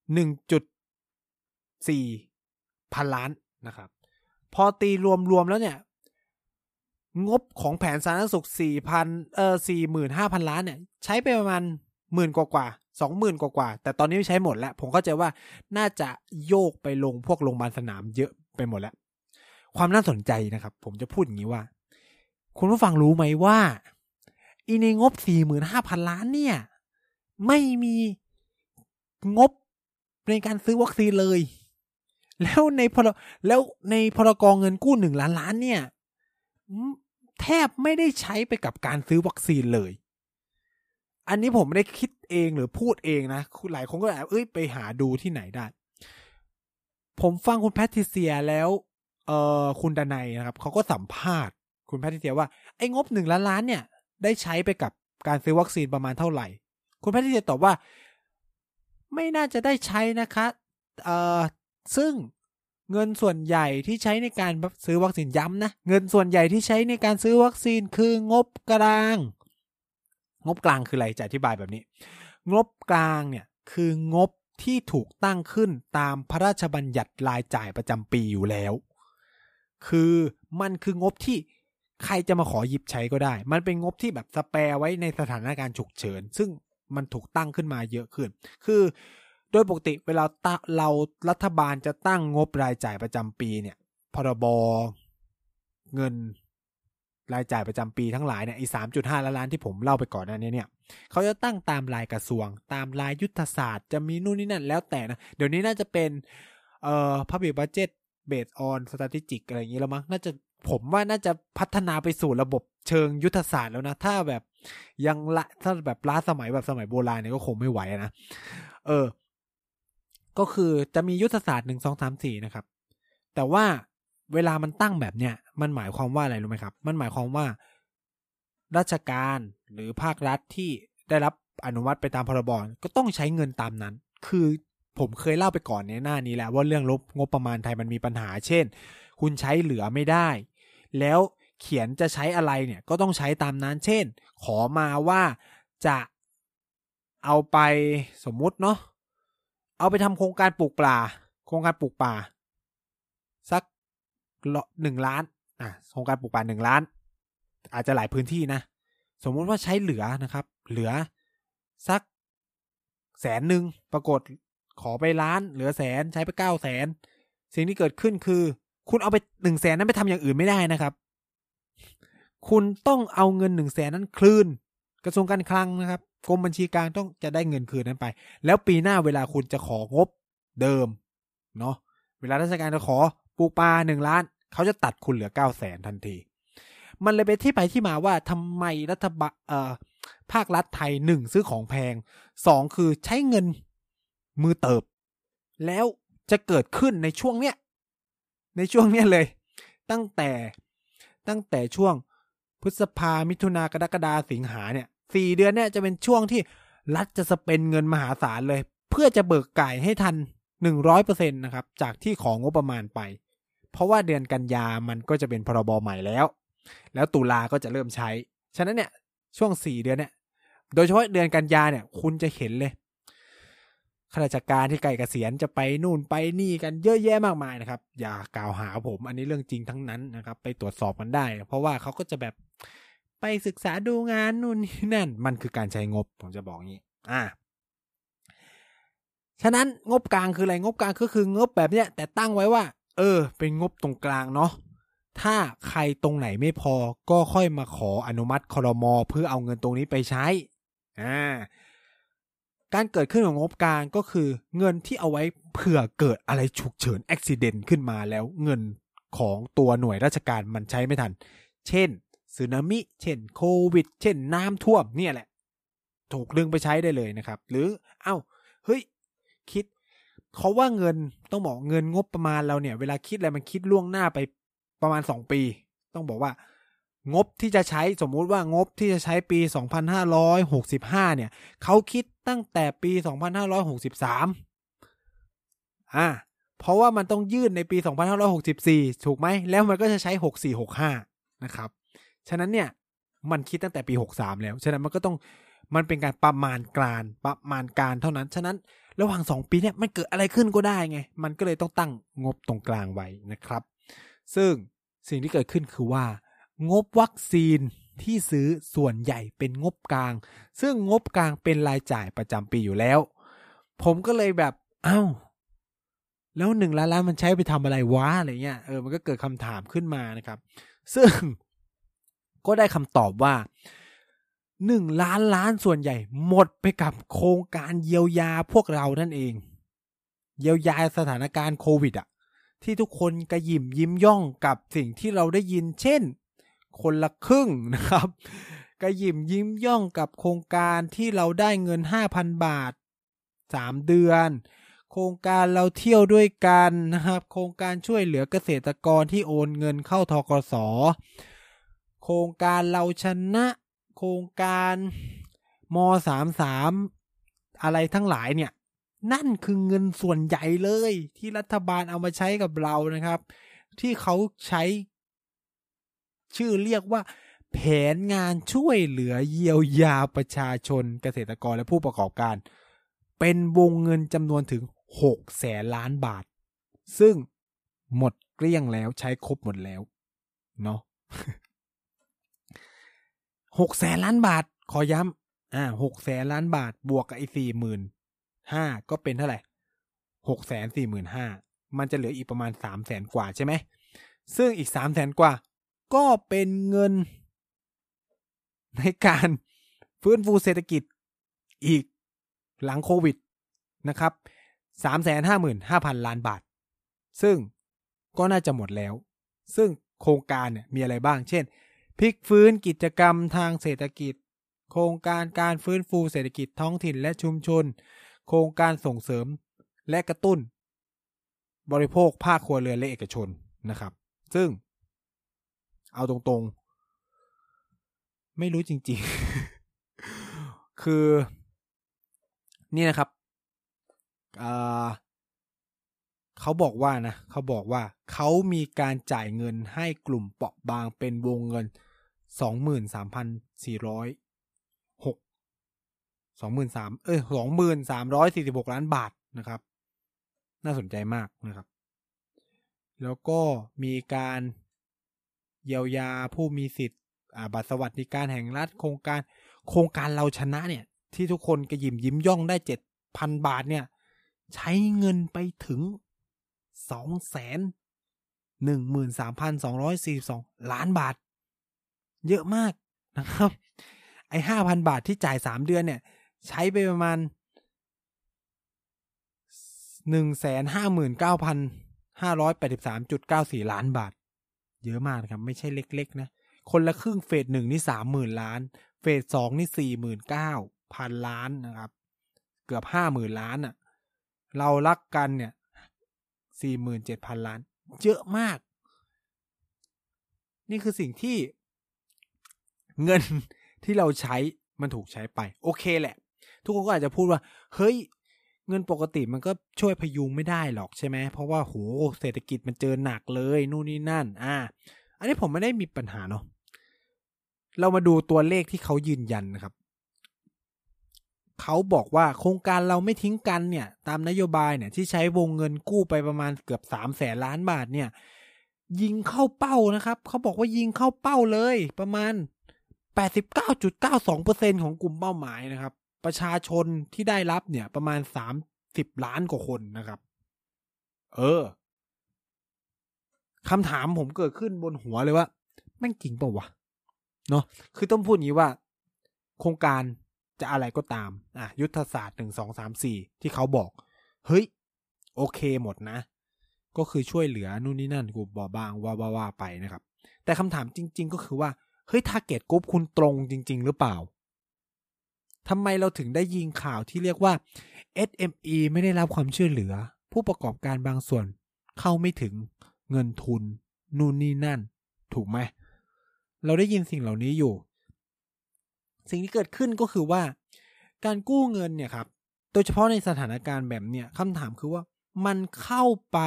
[SPEAKER 2] 1.4 พันล้านนะครับพอตีรวมแล้วเนี่ยงบของแผนสาธารณสุข 45,000 ล้านเนี่ยใช้ไปประมาณ10,000 กว่า 20,000 กว่าแต่ตอนนี้ใช้หมดแล้วผมเข้าใจว่าน่าจะโยกไปลงพวกโรงพยาบาลสนามเยอะไปหมดแล้วความน่าสนใจนะครับผมจะพูดอย่างนี้ว่าคุณผู้ฟังรู้ไหมว่าในงบ 45,000 ล้านเนี่ยไม่มีงบในการซื้อวัคซีนเลยแล้วในพรก.เงินกู้1 ล้านล้านเนี่ยแทบไม่ได้ใช้ไปกับการซื้อวัคซีนเลยอันนี้ผมไม่ได้คิดเองหรือพูดเองนะหลายคนก็แบบไปหาดูที่ไหนได้ผมฟังคุณแพทริเซียแล้วคุณดนัยนะครับเขาก็สัมภาษณ์คุณแพทริเซียว่าไอ้งบ1 ล้านล้านเนี่ยได้ใช้ไปกับการซื้อวัคซีนประมาณเท่าไหร่คุณแพทริเซียตอบว่าไม่น่าจะได้ใช้นะคะซึ่งเงินส่วนใหญ่ที่ใช้ในการซื้อวัคซีนย้ำนะเงินส่วนใหญ่ที่ใช้ในการซื้อวัคซีนคืองบกลางคืออะไรจะอธิบายแบบนี้งบกลางเนี่ยคืองบที่ถูกตั้งขึ้นตามพระราชบัญญัติรายจ่ายประจำปีอยู่แล้วคือมันคืองบที่ใครจะมาขอหยิบใช้ก็ได้มันเป็นงบที่แบบสแปร์ไว้ในสถานการณ์ฉุกเฉินซึ่งมันถูกตั้งขึ้นมาเยอะขึ้นคือโดยปกติเวลาเรารัฐบาลจะตั้งงบรายจ่ายประจำปีเนี่ยพรบเงินรายจ่ายประจำปีทั้งหลายเนี่ย3.5 ล้านล้านที่ผมเล่าไปก่อนหน้านี้เนี่ยเขาจะตั้งตามรายกระทรวงตามรายยุทธศาสตร์จะมีนู่นนี่นั่นแล้วแต่นะเดี๋ยวนี้น่าจะเป็นpublic budget based on strategic อะไรอย่างนี้แล้วมั้งน่าจะผมว่าน่าจะพัฒนาไปสู่ระบบเชิงยุทธศาสตร์แล้วนะถ้าแบบถ้าแบบล้าสมัยแบบสมัยโบราณเนี่ยก็คงไม่ไหวนะก็คือจะมียุทธศาสตร์1 2 3 4นะครับแต่ว่าเวลามันตั้งแบบเนี้ยมันหมายความว่าอะไรรู้ไหมครับมันหมายความว่าราชการหรือภาครัฐที่ได้รับอนุมัติไปตามพรบก็ต้องใช้เงินตามนั้นคือผมเคยเล่าไปก่อนในหน้านี้แล้วว่าเรื่องงบประมาณไทยมันมีปัญหาเช่นคุณใช้เหลือไม่ได้แล้วเขียนจะใช้อะไรเนี่ยก็ต้องใช้ตามนั้นเช่นขอมาว่าจะเอาไปสมมุติเนาะเอาไปทำโครงการปลูกป่าสัก1 ล้านโครงการปลูกป่า1 ล้านอาจจะหลายพื้นที่นะสมมุติว่าใช้เหลือนะครับเหลือสัก100,000ปรากฏขอไปล้านเหลือ100,000ใช้ไป900,000สิ่งที่เกิดขึ้นคือคุณเอาไป100,000นั้นไปทำอย่างอื่นไม่ได้นะครับคุณต้องเอาเงิน100,000นั้นคืนกระทรวงการคลังนะครับกรมบัญชีกลางต้องจะได้เงินคืนนั้นไปแล้วปีหน้าเวลาคุณจะของบเดิมเนาะเวลาราชการจะขอปลูกป่า1 ล้านเขาจะตัดคุณเหลือ900,000ทันทีมันเลยเป็นที่ไปที่มาว่าทำไมรัฐบาลภาครัฐไทย1ซื้อของแพง2คือใช้เงินมือเติบแล้วจะเกิดขึ้นในช่วงเนี้ยเลยตั้งแต่ช่วงพฤษภามิถุนากรกฎาสิงหาเนี่ย4 เดือนเนี่ยจะเป็นช่วงที่รัฐจะสเปนเงินมหาศาลเลยเพื่อจะเบิกจ่ายให้ทัน 100% นะครับจากที่ของงบประมาณไปเพราะว่าเดือนกันยามันก็จะเป็นพรบใหม่แล้วตุลาก็จะเริ่มใช้ฉะนั้นเนี่ยช่วง4 เดือนเนี่ยโดยเฉพาะเดือนกันยาเนี่ยคุณจะเห็นเลยข้าราชการที่ใกล้เกษียณจะไปนู่นไปนี่กันเยอะแยะมากมายนะครับอย่ากล่าวหาผมอันนี้เรื่องจริงทั้งนั้นนะครับไปตรวจสอบกันได้เพราะว่าเขาก็จะแบบไปศึกษาดูงานนู่นนี่นั่นมันคือการใช้งบผมจะบอกงี้ฉะนั้นงบกลางคืออะไรงบกลางก็คืองบแบบเนี้ยแต่ตั้งไว้ว่าเป็นงบตรงกลางเนาะถ้าใครตรงไหนไม่พอก็ค่อยมาขออนุมัติครม.เพื่อเอาเงินตรงนี้ไปใช้การเกิดขึ้นของงบกลางก็คือเงินที่เอาไว้เผื่อเกิดอะไรฉุกเฉินอุบัติเหตุขึ้นมาแล้วเงินของตัวหน่วยราชการมันใช้ไม่ทันเช่นสึนามิเช่นโควิดเช่นน้ำท่วมเนี่ยแหละถูกดึงไปใช้ได้เลยนะครับหรือคิดเขาว่าเงินต้องบอกเงินงบประมาณเราเนี่ยเวลาคิดอะไรมันคิดล่วงหน้าไปประมาณ2 ปีต้องบอกว่างบที่จะใช้สมมุติว่างบที่จะใช้ปี2565เนี่ยเขาคิดตั้งแต่ปี2563เพราะว่ามันต้องยื่นในปี2564ถูกไหมแล้วมันก็จะใช้6465นะครับฉะนั้นเนี่ยมันคิดตั้งแต่ปี63แล้วฉะนั้นมันก็ต้องมันเป็นการประมาณการเท่านั้นฉะนั้นระหว่าง2ปีเนี่ยมันเกิดอะไรขึ้นก็ได้ไงมันก็เลยต้องตั้งงบตรงกลางไว้นะครับซึ่งสิ่งที่เกิดขึ้นคือว่างบวัคซีนที่ซื้อส่วนใหญ่เป็นงบกลางซึ่งงบกลางเป็นรายจ่ายประจำปีอยู่แล้วผมก็เลยแบบแล้ว1 ล้านล้านมันใช้ไปทำอะไรวะอะไรเงี้ยมันก็เกิดคำถามขึ้นมานะครับซึ่งก็ได้คำตอบว่า1 ล้านล้านส่วนใหญ่หมดไปกับโครงการเยียวยาพวกเรานั่นเองเยียวยาสถานการณ์โควิดที่ทุกคนกระหยิ่มยิ้มย่องกับสิ่งที่เราได้ยินเช่นคนละครึ่งนะครับกระหยิ่มยิ้มย่องกับโครงการที่เราได้เงิน 5,000 บาท3 เดือนโครงการเราเที่ยวด้วยกันนะครับโครงการช่วยเหลือเกษตรกรที่โอนเงินเข้าธกส.โครงการเราชนะโครงการม.33 อะไรทั้งหลายเนี่ยนั่นคือเงินส่วนใหญ่เลยที่รัฐบาลเอามาใช้กับเรานะครับที่เขาใช้ชื่อเรียกว่าแผนงานช่วยเหลือเยียวยาประชาชนเกษตรกรและผู้ประกอบการเป็นวงเงินจำนวนถึง600,000 ล้านบาทซึ่งหมดเกลี้ยงแล้วใช้ครบหมดแล้วเนาะ600,000 ล้านบาทขอย้ำ600,000 ล้านบาทบวกกับไอ้ 45,000 ก็เป็นเท่าไหร่ 645,000 มันจะเหลืออีกประมาณ 300,000 กว่าใช่ไหมซึ่งอีก 300,000 กว่าก็เป็นเงินในการฟื้นฟูเศรษฐกิจอีกหลังโควิดนะครับ 355,000 ล้านบาทซึ่งก็น่าจะหมดแล้วซึ่งโครงการเนี่ยมีอะไรบ้างเช่นพลิกฟื้นกิจกรรมทางเศรษฐกิจโครงการการฟื้นฟูเศรษฐกิจท้องถิ่นและชุมชนโครงการส่งเสริมและกระตุ้นบริโภคภาคครัวเรือนและเอกชนนะครับซึ่งเอาตรงๆไม่รู้จริงๆ คือนี่นะครับเขาบอกว่าเขามีการจ่ายเงินให้กลุ่มเปราะบางเป็นวงเงิน 23,446 ล้านบาทนะครับน่าสนใจมากนะครับแล้วก็มีการเยียวยาผู้มีสิทธิ์บัตรสวัสดิการแห่งรัฐโครงการเราชนะเนี่ยที่ทุกคนกระหยิ่มยิ้มย่องได้ 7,000 บาทเนี่ยใช้เงินไปถึง 213,242 ล้านบาทเยอะมากนะครับไอ้ 5,000 บาทที่จ่าย3 เดือนเนี่ยใช้ไปประมาณ 159,583.94 ล้านบาทเยอะมากนะครับไม่ใช่เล็กๆนะคนละครึ่งเฟส1นี่ 30,000 ล้านเฟส2นี่ 49,000 ล้านนะครับเกือบ 50,000 ล้านอ่ะเรารักกันเนี่ย 47,000 ล้านเยอะมากนี่คือสิ่งที่เงินที่เราใช้มันถูกใช้ไปโอเคแหละทุกคนก็อาจจะพูดว่าเฮ้ยเงินปกติมันก็ช่วยพยุงไม่ได้หรอกใช่ไหมเพราะว่าโหเศรษฐกิจมันเจอหนักเลยนู่นนี่นั่นอันนี้ผมไม่ได้มีปัญหาเนาะเรามาดูตัวเลขที่เขายืนยันนะครับเขาบอกว่าโครงการเราไม่ทิ้งกันเนี่ยตามนโยบายเนี่ยที่ใช้วงเงินกู้ไปประมาณเกือบ 300,000 ล้านบาทเนี่ยยิงเข้าเป้านะครับเขาบอกว่ายิงเข้าเป้าเลยประมาณ 89.92% ของกลุ่มเป้าหมายนะครับประชาชนที่ได้รับเนี่ยประมาณ30 ล้านกว่าคนนะครับคำถามผมเกิดขึ้นบนหัวเลยว่าแม่งจริงเปล่าวะเนาะคือต้องพูดอย่างนี้ว่าโครงการจะอะไรก็ตามยุทธศาสตร์1 2 3 4ที่เขาบอกเฮ้ยโอเคหมดนะก็คือช่วยเหลือนู่นนี่นั่นกูบอกบ้างว่าไปนะครับแต่คำถามจริงๆก็คือว่าเฮ้ยทาร์เก็ตกรุ๊ปคุณตรงจริงๆหรือเปล่าทำไมเราถึงได้ยิงข่าวที่เรียกว่า SME ไม่ได้รับความช่วยเหลือผู้ประกอบการบางส่วนเข้าไม่ถึงเงินทุนนู่นนี่นั่นถูกไหมเราได้ยินสิ่งเหล่านี้อยู่สิ่งที่เกิดขึ้นก็คือว่าการกู้เงินเนี่ยครับโดยเฉพาะในสถานการณ์แบบเนี้ยคำถามคือว่ามันเข้าไป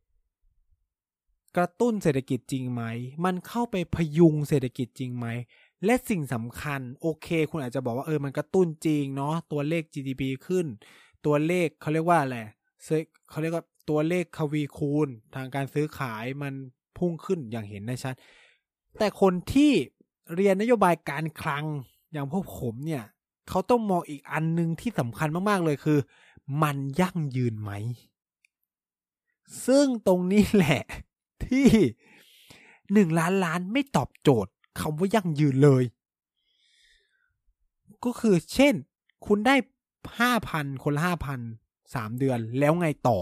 [SPEAKER 2] กระตุ้นเศรษฐกิจจริงไหมมันเข้าไปพยุงเศรษฐกิจจริงไหมและสิ่งสำคัญโอเคคุณอาจจะบอกว่ามันกระตุ้นจริงเนาะตัวเลข GDP ขึ้นตัวเลขเขาเรียกว่าอะไรเขาเรียกว่าตัวเลขทวีคูณทางการซื้อขายมันพุ่งขึ้นอย่างเห็นได้ชัดแต่คนที่เรียนนโยบายการคลังอย่างพวกผมเนี่ยเขาต้องมองอีกอันนึงที่สำคัญมากๆเลยคือมันยั่งยืนไหมซึ่งตรงนี้แหละที่1 ล้านล้านไม่ตอบโจทย์คำว่ายั่งยืนเลยก็คือเช่นคุณได้ 5,000 คนละ 5,000 3 เดือนแล้วไงต่อ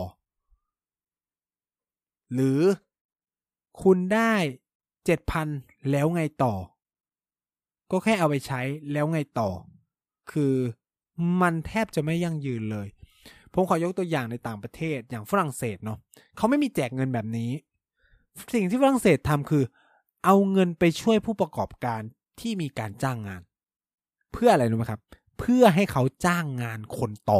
[SPEAKER 2] หรือคุณได้ 7,000 แล้วไงต่อก็แค่เอาไปใช้แล้วไงต่อคือมันแทบจะไม่ยั่งยืนเลยผมขอยกตัวอย่างในต่างประเทศอย่างฝรั่งเศสเนาะเขาไม่มีแจกเงินแบบนี้สิ่งที่ฝรั่งเศสทำคือเอาเงินไปช่วยผู้ประกอบการที่มีการจ้างงานเพื่ออะไรรู้ไหมครับเพื่อให้เขาจ้างงานคนต่อ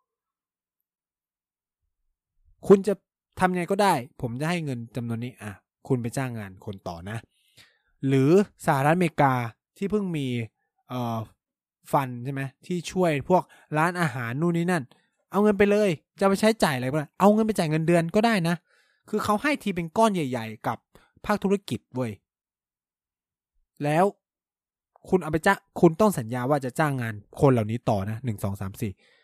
[SPEAKER 2] คุณจะทำไงก็ได้ผมจะให้เงินจำนวนนี้คุณไปจ้างงานคนต่อนะหรือสหรัฐอเมริกาที่เพิ่งมีฟันใช่ไหมที่ช่วยพวกร้านอาหารนู่นนี่นั่นเอาเงินไปเลยจะไปใช้จ่ายอะไรก็ได้เอาเงินไปจ่ายเงินเดือนก็ได้นะคือเขาให้ทีเป็นก้อนใหญ่ๆกับภาคธุรกิจเว้ยแล้วคุณเอาไปจ้างคุณต้องสัญญาว่าจะจ้างงานคนเหล่านี้ต่อนะ1 2 3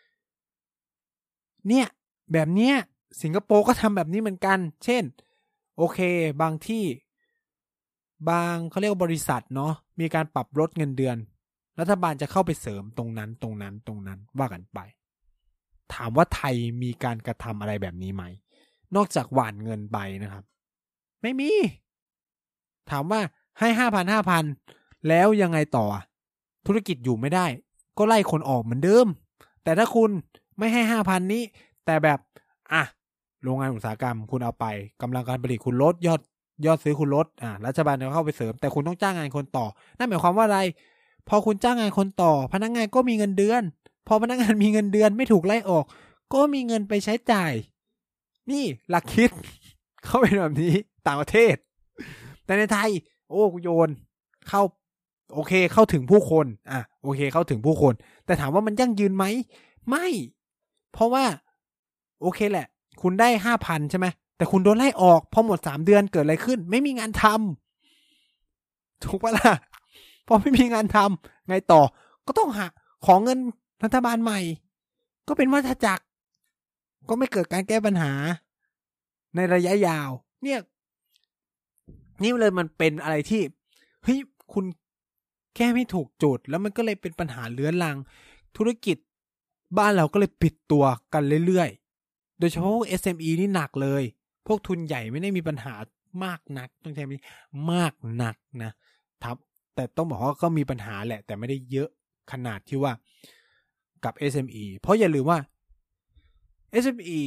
[SPEAKER 2] 4เนี่ยแบบเนี้ยสิงคโปร์ก็ทำแบบนี้เหมือนกันเช่นโอเคบางที่บางเขาเรียกว่าบริษัทเนาะมีการปรับลดเงินเดือนรัฐบาลจะเข้าไปเสริมตรงนั้นว่ากันไปถามว่าไทยมีการกระทำอะไรแบบนี้ไหมนอกจากหว่านเงินไปนะครับไม่มีถามว่าให้ 5,000 แล้วยังไงต่อธุรกิจอยู่ไม่ได้ก็ไล่คนออกเหมือนเดิมแต่ถ้าคุณไม่ให้ 5,000 นี้แต่แบบโรงงานอุตสาหกรรมคุณเอาไปกำลังการผลิตคุณลดยอดซื้อคุณลดรัฐบาลจะเข้าไปเสริมแต่คุณต้องจ้างงานคนต่อนั่นหมายความว่าอะไรพอคุณจ้างงานคนต่อพนักงานก็มีเงินเดือนพอพนักงานมีเงินเดือนไม่ถูกไล่ออกก็มีเงินไปใช้จ่ายนี่หลักคิดเขาเป็นแบบนี้ต่างประเทศแต่ในไทยกูโยนเข้าโอเคเข้าถึงผู้คนโอเคเข้าถึงผู้คนแต่ถามว่ามันยั่งยืนไหมไม่เพราะว่าโอเคแหละคุณได้ 5,000 ใช่ไหมแต่คุณโดนไล่ออกพอหมด3 เดือนเกิดอะไรขึ้นไม่มีงานทำถูกปะล่ะพอไม่มีงานทำไงต่อก็ต้องหาของเงินรัฐบาลใหม่ก็เป็นวัฏจักรก็ไม่เกิดการแก้ปัญหาในระยะยาวเนี่ยนี่เลยมันเป็นอะไรที่เฮ้ยคุณแก้ไม่ถูกจุดแล้วมันก็เลยเป็นปัญหาเรื้อรังธุรกิจบ้านเราก็เลยปิดตัวกันเรื่อยๆโดยเฉพาะ SME นี่หนักเลยพวกทุนใหญ่ไม่ได้มีปัญหามากนักต้องใช้มากนักนะครับแต่ต้องบอกว่าก็มีปัญหาแหละแต่ไม่ได้เยอะขนาดที่ว่ากับ SME เพราะอย่าลืมว่า SME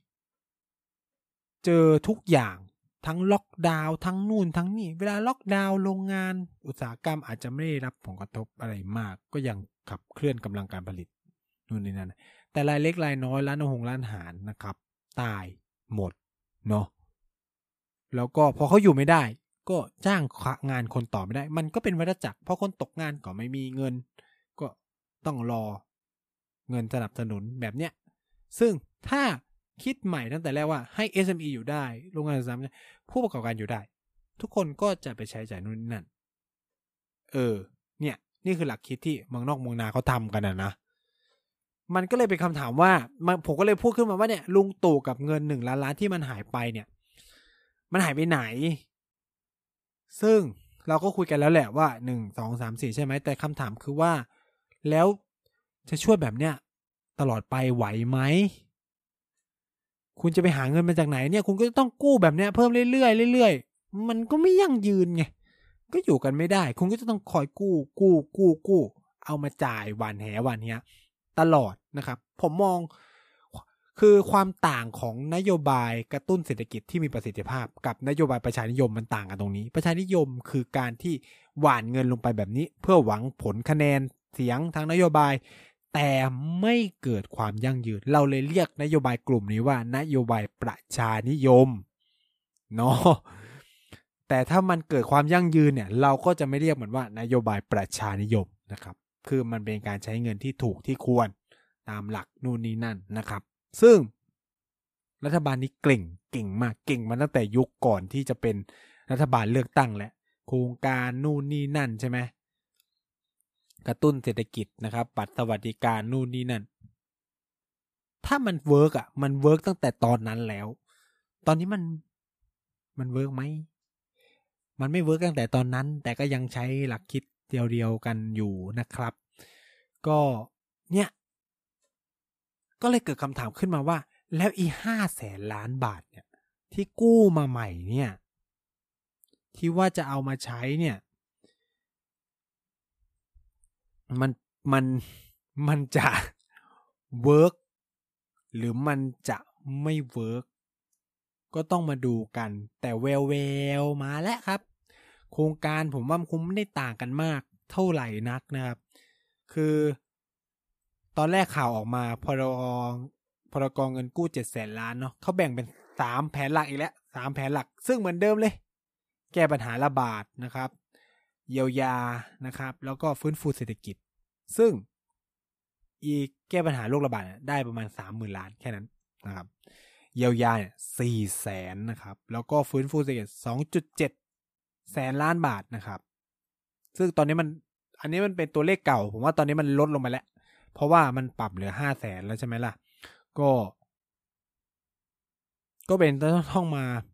[SPEAKER 2] เจอทุกอย่างทั้งล็อกดาวน์ทั้งนู่นทั้งนี่เวลาล็อกดาวน์โรงงานอุตสาหกรรมอาจจะไม่ได้รับผลกระทบอะไรมากก็ยังขับเคลื่อนกำลังการผลิตนู่นนี่นั่นแต่รายเล็กรายน้อยร้านอาหารนะครับตายหมดเนาะแล้วก็พอเขาอยู่ไม่ได้ก็จ้างงานคนต่อไม่ได้มันก็เป็นวัฏจักรเพราะคนตกงานก็ไม่มีเงินก็ต้องรอเงินสนับสนุนแบบเนี้ยซึ่งถ้าคิดใหม่ตั้งแต่แรกว่าให้ SME อยู่ได้โรงงานอุตสาหกรรมผู้ประกอบการอยู่ได้ทุกคนก็จะไปใช้จ่ายนู่นนั่นเนี่ยนี่คือหลักคิดที่เมืองนอกเมืองนาเขาทำกันนะมันก็เลยเป็นคำถามว่าผมก็เลยพูดขึ้นมาว่าเนี่ยลุงตู่กับเงิน1 ล้านล้านที่มันหายไปเนี่ยมันหายไปไหนซึ่งเราก็คุยกันแล้วแหละว่า1 2 3 4ใช่ไหมแต่คำถามคือว่าแล้วจะช่วยแบบเนี้ยตลอดไปไหวไหมคุณจะไปหาเงินมาจากไหนเนี่ยคุณก็ต้องกู้แบบเนี้ยเพิ่มเรื่อยๆมันก็ไม่ยั่งยืนไงก็อยู่กันไม่ได้คุณก็จะต้องคอยกู้เอามาจ่ายวันเนี้ยตลอดนะครับผมมองคือความต่างของนโยบายกระตุ้นเศรษฐกิจที่มีประสิทธิภาพกับนโยบายประชานิยมมันต่างกันตรงนี้ประชานิยมคือการที่หว่านเงินลงไปแบบนี้เพื่อหวังผลคะแนนเสียงทางนโยบายแต่ไม่เกิดความยั่งยืนเราเลยเรียกนโยบายกลุ่มนี้ว่านโยบายประชานิยมเนาะแต่ถ้ามันเกิดความยั่งยืนเนี่ยเราก็จะไม่เรียกมันว่านโยบายประชานิยมนะครับคือมันเป็นการใช้เงินที่ถูกที่ควรตามหลักนู่นนี่นั่นนะครับซึ่งรัฐบาลนี้เก่งมากเก่งมาตั้งแต่ยุคก่อนที่จะเป็นรัฐบาลเลือกตั้งแล้วโครงการนู่นนี่นั่นใช่ไหมกระตุ้นเศรษฐกิจนะครับบัตรสวัสดิการนู่นนี่นั่นถ้ามันเวิร์กอ่ะมันเวิร์กตั้งแต่ตอนนั้นแล้วตอนนี้มันเวิร์กไหมมันไม่เวิร์กตั้งแต่ตอนนั้นแต่ก็ยังใช้หลักคิดเดียวกันอยู่นะครับก็เนี่ยก็เลยเกิดคำถามขึ้นมาว่าแล้วอี500,000 ล้านบาทเนี่ยที่กู้มาใหม่เนี่ยที่ว่าจะเอามาใช้เนี่ยมันจะเวิร์กหรือมันจะไม่เวิร์กก็ต้องมาดูกันแต่แววมาแล้วครับโครงการผมว่ามันคงไม่ได้ต่างกันมากเท่าไหร่นักนะครับคือตอนแรกข่าวออกมาพรก.เงินกู้700,000 ล้านเนาะเขาแบ่งเป็น3แผนหลักอีกแล้ว3แผนหลักซึ่งเหมือนเดิมเลยแก้ปัญหาระบาดนะครับเยียวยานะครับแล้วก็ฟื้นฟูเศรษฐกิจซึ่งอีกแก้ปัญหาโรคระบาดได้ประมาณ 30,000 ล้านแค่นั้นนะครับเยียวยาเนี่ย400,000นะครับแล้วก็ฟื้นฟูเศรษฐกิจ 2.7 แสนล้านบาทนะครับซึ่งตอนนี้อันนี้มันเป็นตัวเลขเก่าผมว่าตอนนี้มันลดลงไปแล้วเพราะว่ามันปรับเหลือ 500,000 แล้วใช่ไหมล่ะก็เป็นต้อง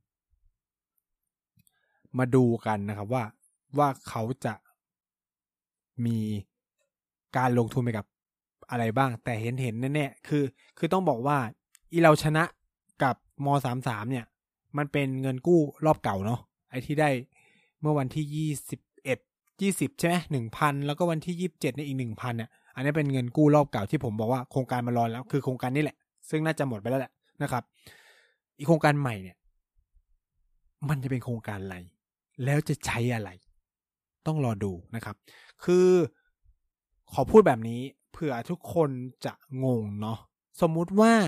[SPEAKER 2] มาดูกันนะครับว่าเขาจะมีการลงทุนไปกับอะไรบ้างแต่เห็นแน่ๆคือต้องบอกว่าเราชนะกับม.33เนี่ยมันเป็นเงินกู้รอบเก่าเนาะไอ้ที่ได้เมื่อวันที่20ใช่ไหม 1,000 แล้วก็วันที่27ในอีก 1,000 เนี่ยอันนี้เป็นเงินกู้รอบเก่าที่ผมบอกว่าโครงการมารอแล้วคือโครงการนี้แหละซึ่งน่าจะหมดไปแล้วแหละนะครับอีกโครงการใหม่เนี่ยมันจะเป็นโครงการอะไรแล้วจะใช้อะไรต้องรอดูนะครับคือขอพูดแบบนี้เผื่อทุกคนจะงงเนาะสมมุติว่า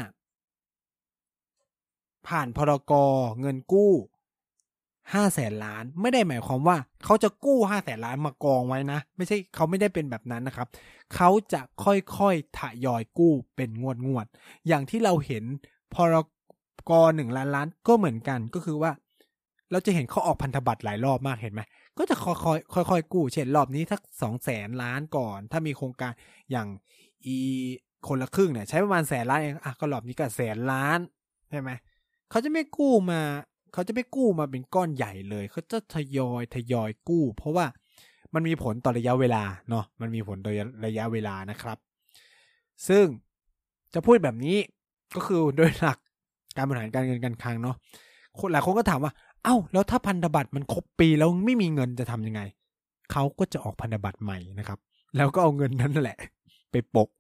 [SPEAKER 2] ผ่านพรก.เงินกู้500,000 ล้านไม่ได้หมายความว่าเขาจะกู้500,000 ล้านมากองไว้นะไม่ใช่เขาไม่ได้เป็นแบบนั้นนะครับเขาจะค่อยๆทยอยกู้เป็นงวดอย่างที่เราเห็นพรก1 ล้านล้านก็เหมือนกันก็คือว่าเราจะเห็นเขาออกพันธบัตรหลายรอบมากเห็นไหมก็จะค่อยๆกู้เช่นรอบนี้สัก 200,000 ล้านก่อนถ้ามีโครงการอย่างคนละครึ่งเนี่ยใช้ประมาณ100,000 ล้านเองก็รอบนี้ก็100,000 ล้านใช่ไหมเขาจะไม่กู้มาเป็นก้อนใหญ่เลยเขาจะทยอยกู้เพราะว่ามันมีผลต่อระยะเวลาเนาะมันมีผลต่อระยะเวลานะครับซึ่งจะพูดแบบนี้ก็คือโดยหลักการบริหารการเงินการคลังเนาะหลายคนก็ถามว่าเอ้าแล้วถ้าพันธบัตรมันครบปีแล้วไม่มีเงินจะทำยังไงเขาก็จะออกพันธบัตรใหม่นะครับแล้วก็เอาเงินนั้นแหละไปโปะ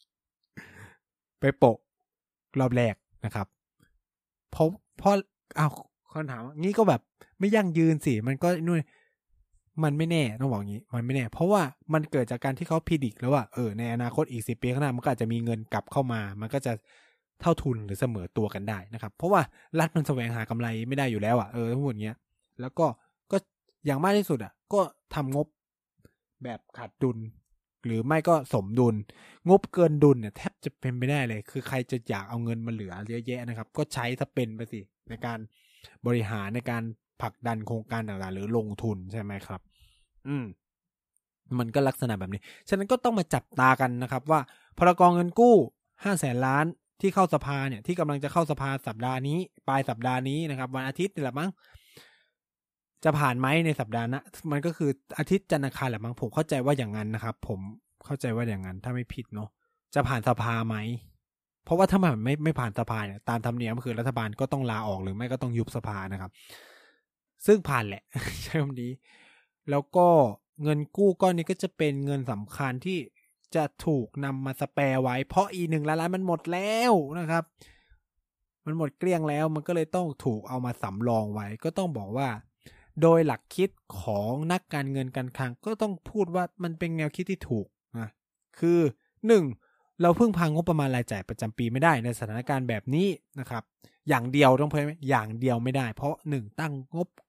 [SPEAKER 2] รอบแรกนะครับเพราะคนถามงี้ก็แบบไม่ยั่งยืนสิมันก็นู่นมันไม่แน่ต้องบอกงี้มันไม่แน่เพราะว่ามันเกิดจากการที่เขาพิจิตรแล้วว่าในอนาคตอีก10 ปีข้างหน้ามันก็อาจจะมีเงินกลับเข้ามามันก็จะเท่าทุนหรือเสมอตัวกันได้นะครับเพราะว่ารัฐมันแสวงหากำไรไม่ได้อยู่แล้วทั้งหมดเงี้ยแล้วก็อย่างมากที่สุดก็ทำงบแบบขาดดุลหรือไม่ก็สมดุลงบเกินดุลเนี่ยแทบจะเป็นไม่ได้เลยคือใครจะอยากเอาเงินมาเหลือเยอะแยะนะครับก็ใช้ถ้าเป็นไปสิในการบริหารในการผลักดันโครงการต่างๆหรือลงทุนใช่ไหมครับมันก็ลักษณะแบบนี้ฉะนั้นก็ต้องมาจับตากันนะครับว่าพรก.เงินกู้500,000 ล้านที่เข้าสภาเนี่ยที่กำลังจะเข้าสภาสัปดาห์นี้ปลายสัปดาห์นี้นะครับวันอาทิตย์นี่แหละมั้งจะผ่านไหมในสัปดาห์นะมันก็คืออาทิตย์จันทร์อังคารแหละมั้งผมเข้าใจว่าอย่างนั้นนะครับผมเข้าใจว่าอย่างนั้นถ้าไม่ผิดเนาะจะผ่านสภาไหมเพราะว่าถ้ามันไม่ผ่านสภาเนี่ยตามธรรมเนียมก็คือรัฐบาลก็ต้องลาออกหรือไม่ก็ต้องยุบสภานะครับซึ่งผ่านแหละใช่คำนี้แล้วก็เงินกู้ก้อนนี้ก็จะเป็นเงินสำคัญที่จะถูกนำมาสแปร์ไว้เพราะอี1 ล้านล้านมันหมดแล้วนะครับมันหมดเกลี้ยงแล้วมันก็เลยต้องถูกเอามาสำรองไว้ก็ต้องบอกว่าโดยหลักคิดของนักการเงินการคลังก็ต้องพูดว่ามันเป็นแนวคิดที่ถูกนะคือ 1. เราพึ่งพางบประมาณรายจ่ายประจำปีไม่ได้ในสถานการณ์แบบนี้นะครับอย่างเดียวต้องเพิ่มอย่างเดียวไม่ได้เพราะ1ตั้งงบ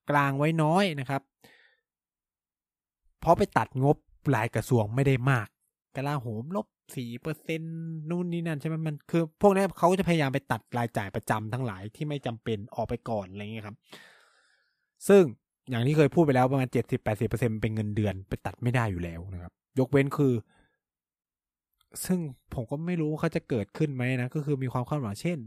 [SPEAKER 2] กลางไว้น้อยนะครับเพราะไปตัดงบรายกระทรวงไม่ได้มากกลาโหมลบ 4% นู่นนี่นั่นใช่ไหมมันคือพวกนี้เขาจะพยายามไปตัดรายจ่ายประจำทั้งหลายที่ไม่จำเป็นออกไปก่อนอะไรเงี้ยครับซึ่งอย่างที่เคยพูดไปแล้วประมาณ 70-80% เป็นเงินเดือนไปตัดไม่ได้อยู่แล้วนะครับยกเว้นคือซึ่งผมก็ไม่รู้ว่าเขาจะเกิดขึ้นไหมนะก็คือมีความคาดหวังเช่น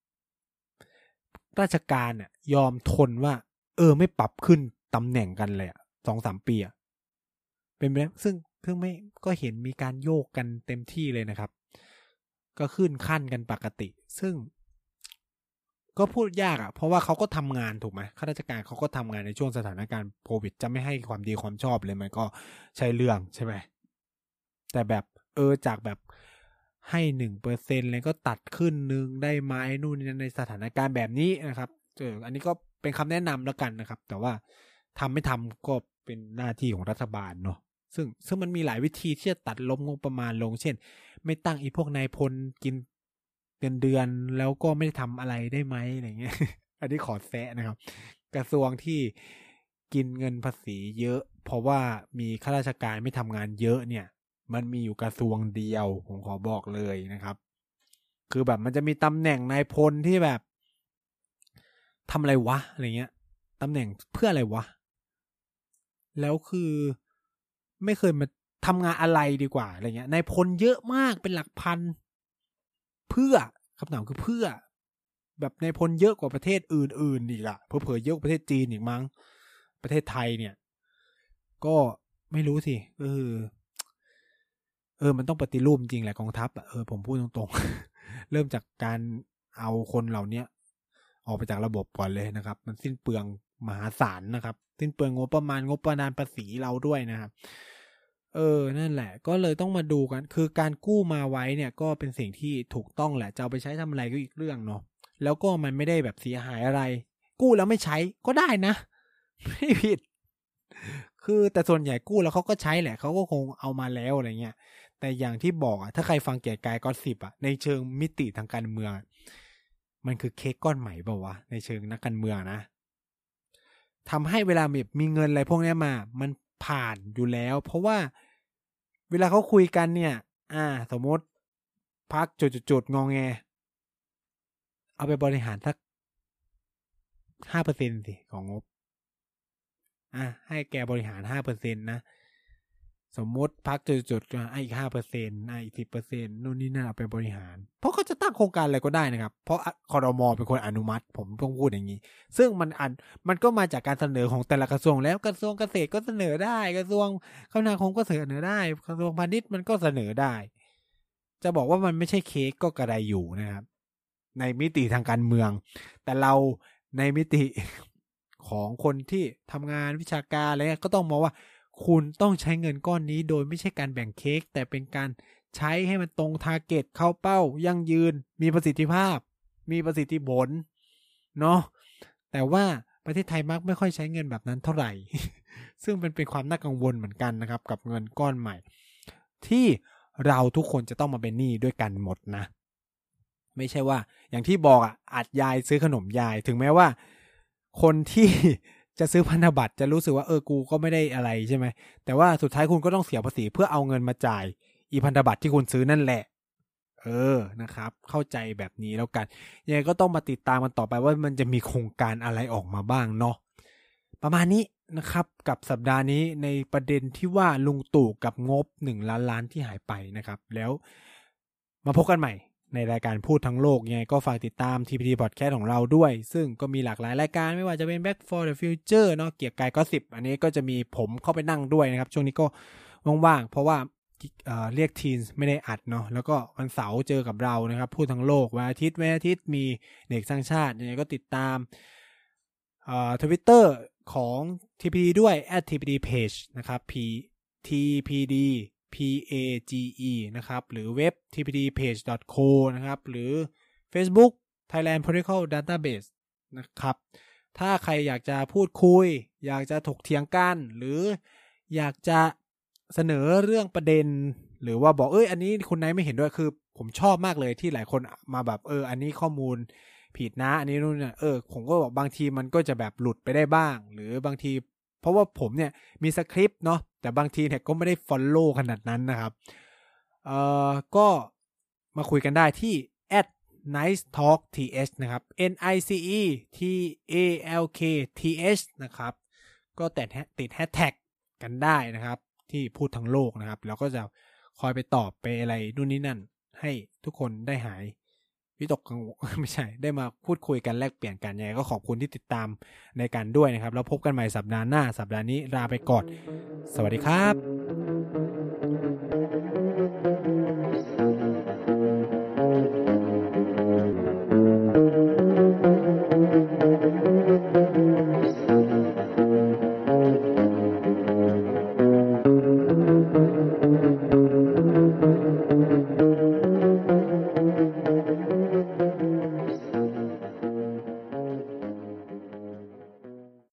[SPEAKER 2] ราชการเนี่ยยอมทนว่าไม่ปรับขึ้นตำแหน่งกันเลย2-3 ปีเป็นไปได้ซึ่งไม่ก็เห็นมีการโยกกันเต็มที่เลยนะครับก็ขึ้นขั้นกันปกติซึ่งก็พูดยากเพราะว่าเขาก็ทำงานถูกไหมข้าราชการเขาก็ทำงานในช่วงสถานการณ์โควิดจะไม่ให้ความดีความชอบเลยมันก็ใช่เรื่องใช่ไหมแต่แบบจากแบบให้ 1% เลยก็ตัดขึ้นนึงได้ไหมนู่นนี่ในสถานการณ์แบบนี้นะครับอันนี้ก็เป็นคำแนะนำแล้วกันนะครับแต่ว่าทำไม่ทำก็เป็นหน้าที่ของรัฐบาลเนาะซึ่งมันมีหลายวิธีที่จะตัดลบงบประมาณลงเช่นไม่ตั้งพวกนายพลกินเงินเดือนแล้วก็ไม่ได้ทำอะไรได้ไหมอะไรเงี้ย อันนี้ขอแซะนะครับกระทรวงที่กินเงินภาษีเยอะเพราะว่ามีข้าราชการไม่ทำงานเยอะเนี่ยมันมีอยู่กระทรวงเดียวผมขอบอกเลยนะครับคือแบบมันจะมีตำแหน่งนายพลที่แบบทำอะไรวะอะไรเงี้ยตำแหน่งเพื่ออะไรวะแล้วคือไม่เคยมาทำงานอะไรดีกว่าอะไรเงี้ยนายพลเยอะมากเป็นหลักพันเพื่อคำถามคือเพื่อแบบนายพลเยอะกว่าประเทศอื่นๆอีกเผลอๆเยอะกว่าประเทศจีนอีกมั้งประเทศไทยเนี่ยก็ไม่รู้สิมันต้องปฏิรูปจริงแหละกองทัพผมพูดตรงๆ เริ่มจากการเอาคนเหล่านี้ออกไปจากระบบก่อนเลยนะครับมันสิ้นเปลืองมหาศาลนะครับสิ้นเปลืองงบประมาณภาษีเราด้วยนะครับนั่นแหละก็เลยต้องมาดูกันคือการกู้มาไว้เนี่ยก็เป็นสิ่งที่ถูกต้องแหละจะเอาไปใช้ทำอะไรก็อีกเรื่องเนาะแล้วก็มันไม่ได้แบบเสียหายอะไรกู้แล้วไม่ใช้ก็ได้นะไม่ผิดคือแต่ส่วนใหญ่กู้แล้วเขาก็ใช้แหละเขาก็คงเอามาแล้วอะไรเงี้ยแต่อย่างที่บอกถ้าใครฟังเกียรติกายก็10ในเชิงมิติทางการเมืองมันคือเค้กก้อนใหม่เปล่าวะในเชิงนักการเมืองนะทำให้เวลามีเงินอะไรพวกนี้มามันผ่านอยู่แล้วเพราะว่าเวลาเขาคุยกันเนี่ยสมมติพรรคจุดงอแงเอาไปบริหารสัก 5% สิของงบให้แกบริหาร 5% นะสมมติพรรคจุดอีก 5% อีก 10% นู่นนี่นั่นเอาไปบริหารเพราะเขาจะตั้งโครงการอะไรก็ได้นะครับเพราะครม.เป็นคนอนุมัติผมต้องพูดอย่างนี้ซึ่งมันก็มาจากการเสนอของแต่ละกระทรวงแล้วกระทรวงเกษตรก็เสนอได้กระทรวงคมนาคมก็เสนอได้กระทรวงพาณิชย์มันก็เสนอได้จะบอกว่ามันไม่ใช่เค้กก็กระไรอยู่นะครับในมิติทางการเมืองแต่เราในมิติของคนที่ทำงานวิชาการอะไรก็ต้องมองว่าคุณต้องใช้เงินก้อนนี้โดยไม่ใช่การแบ่งเค้กแต่เป็นการใช้ให้มันตรงทาร์เก็ตเข้าเป้ายั่งยืนมีประสิทธิภาพมีประสิทธิผลเนาะแต่ว่าประเทศไทยมักไม่ค่อยใช้เงินแบบนั้นเท่าไหร่ ซึ่งเป็นความน่ากังวลเหมือนกันนะครับกับเงินก้อนใหม่ที่เราทุกคนจะต้องมาเป็นหนี้ด้วยกันหมดนะไม่ใช่ว่าอย่างที่บอกอัดยายซื้อขนมยายถึงแม้ว่าคนที่จะซื้อพันธบัตรจะรู้สึกว่ากูก็ไม่ได้อะไรใช่ไหมแต่ว่าสุดท้ายคุณก็ต้องเสียภาษีเพื่อเอาเงินมาจ่ายอีพันธบัตรที่คุณซื้อนั่นแหละนะครับเข้าใจแบบนี้แล้วกันยังไงก็ต้องมาติดตามกันต่อไปว่ามันจะมีโครงการอะไรออกมาบ้างเนาะประมาณนี้นะครับกับสัปดาห์นี้ในประเด็นที่ว่าลุงตู่กับงบ1 ล้านล้านที่หายไปนะครับแล้วมาพบกันใหม่ในรายการพูดทั้งโลกยังไงก็ฝากติดตาม TPT Podcast ของเราด้วยซึ่งก็มีหลากหลายรายการไม่ว่าจะเป็น Back for the Future เนาะเกียรติกายก็10อันนี้ก็จะมีผมเข้าไปนั่งด้วยนะครับช่วงนี้ก็ว่างๆเพราะว่าเรียกทีนไม่ได้อัดเนาะแล้วก็วันเสาร์เจอกับเรานะครับพูดทั้งโลกวันอาทิตย์มีเด็กสร้างชาติยังไงก็ติดตามTwitter ของ TPD ด้วย @tpdpage นะครับ TPD PAGE นะครับหรือเว็บ tpdpage.co นะครับหรือ Facebook Thailand Political Database นะครับถ้าใครอยากจะพูดคุยอยากจะถกเถียงกันหรืออยากจะเสนอเรื่องประเด็นหรือว่าบอกอันนี้คุณนายไม่เห็นด้วยคือผมชอบมากเลยที่หลายคนมาแบบอันนี้ข้อมูลผิดนะอันนี้นู่นเนี่ยผมก็บอกบางทีมันก็จะแบบหลุดไปได้บ้างหรือบางทีเพราะว่าผมเนี่ยมีสคริปต์เนาะแต่บางทีเนี่ยก็ไม่ได้ follow ขนาดนั้นนะครับก็มาคุยกันได้ที่ @nicetalkth นะครับ NICETALKTH นะครับก็ติดแฮชแท็กกันได้นะครับที่พูดทั้งโลกนะครับแล้วก็จะคอยไปตอบไปอะไรนู่นนี่นั่นให้ทุกคนได้หายวิตกกังวล ไม่ใช่ได้มาพูดคุยกันแลกเปลี่ยนกันยังไงก็ขอบคุณที่ติดตามในการด้วยนะครับแล้วพบกันใหม่สัปดาห์หน้าสัปดาห์นี้ลาไปก่อนสวัสดีครับ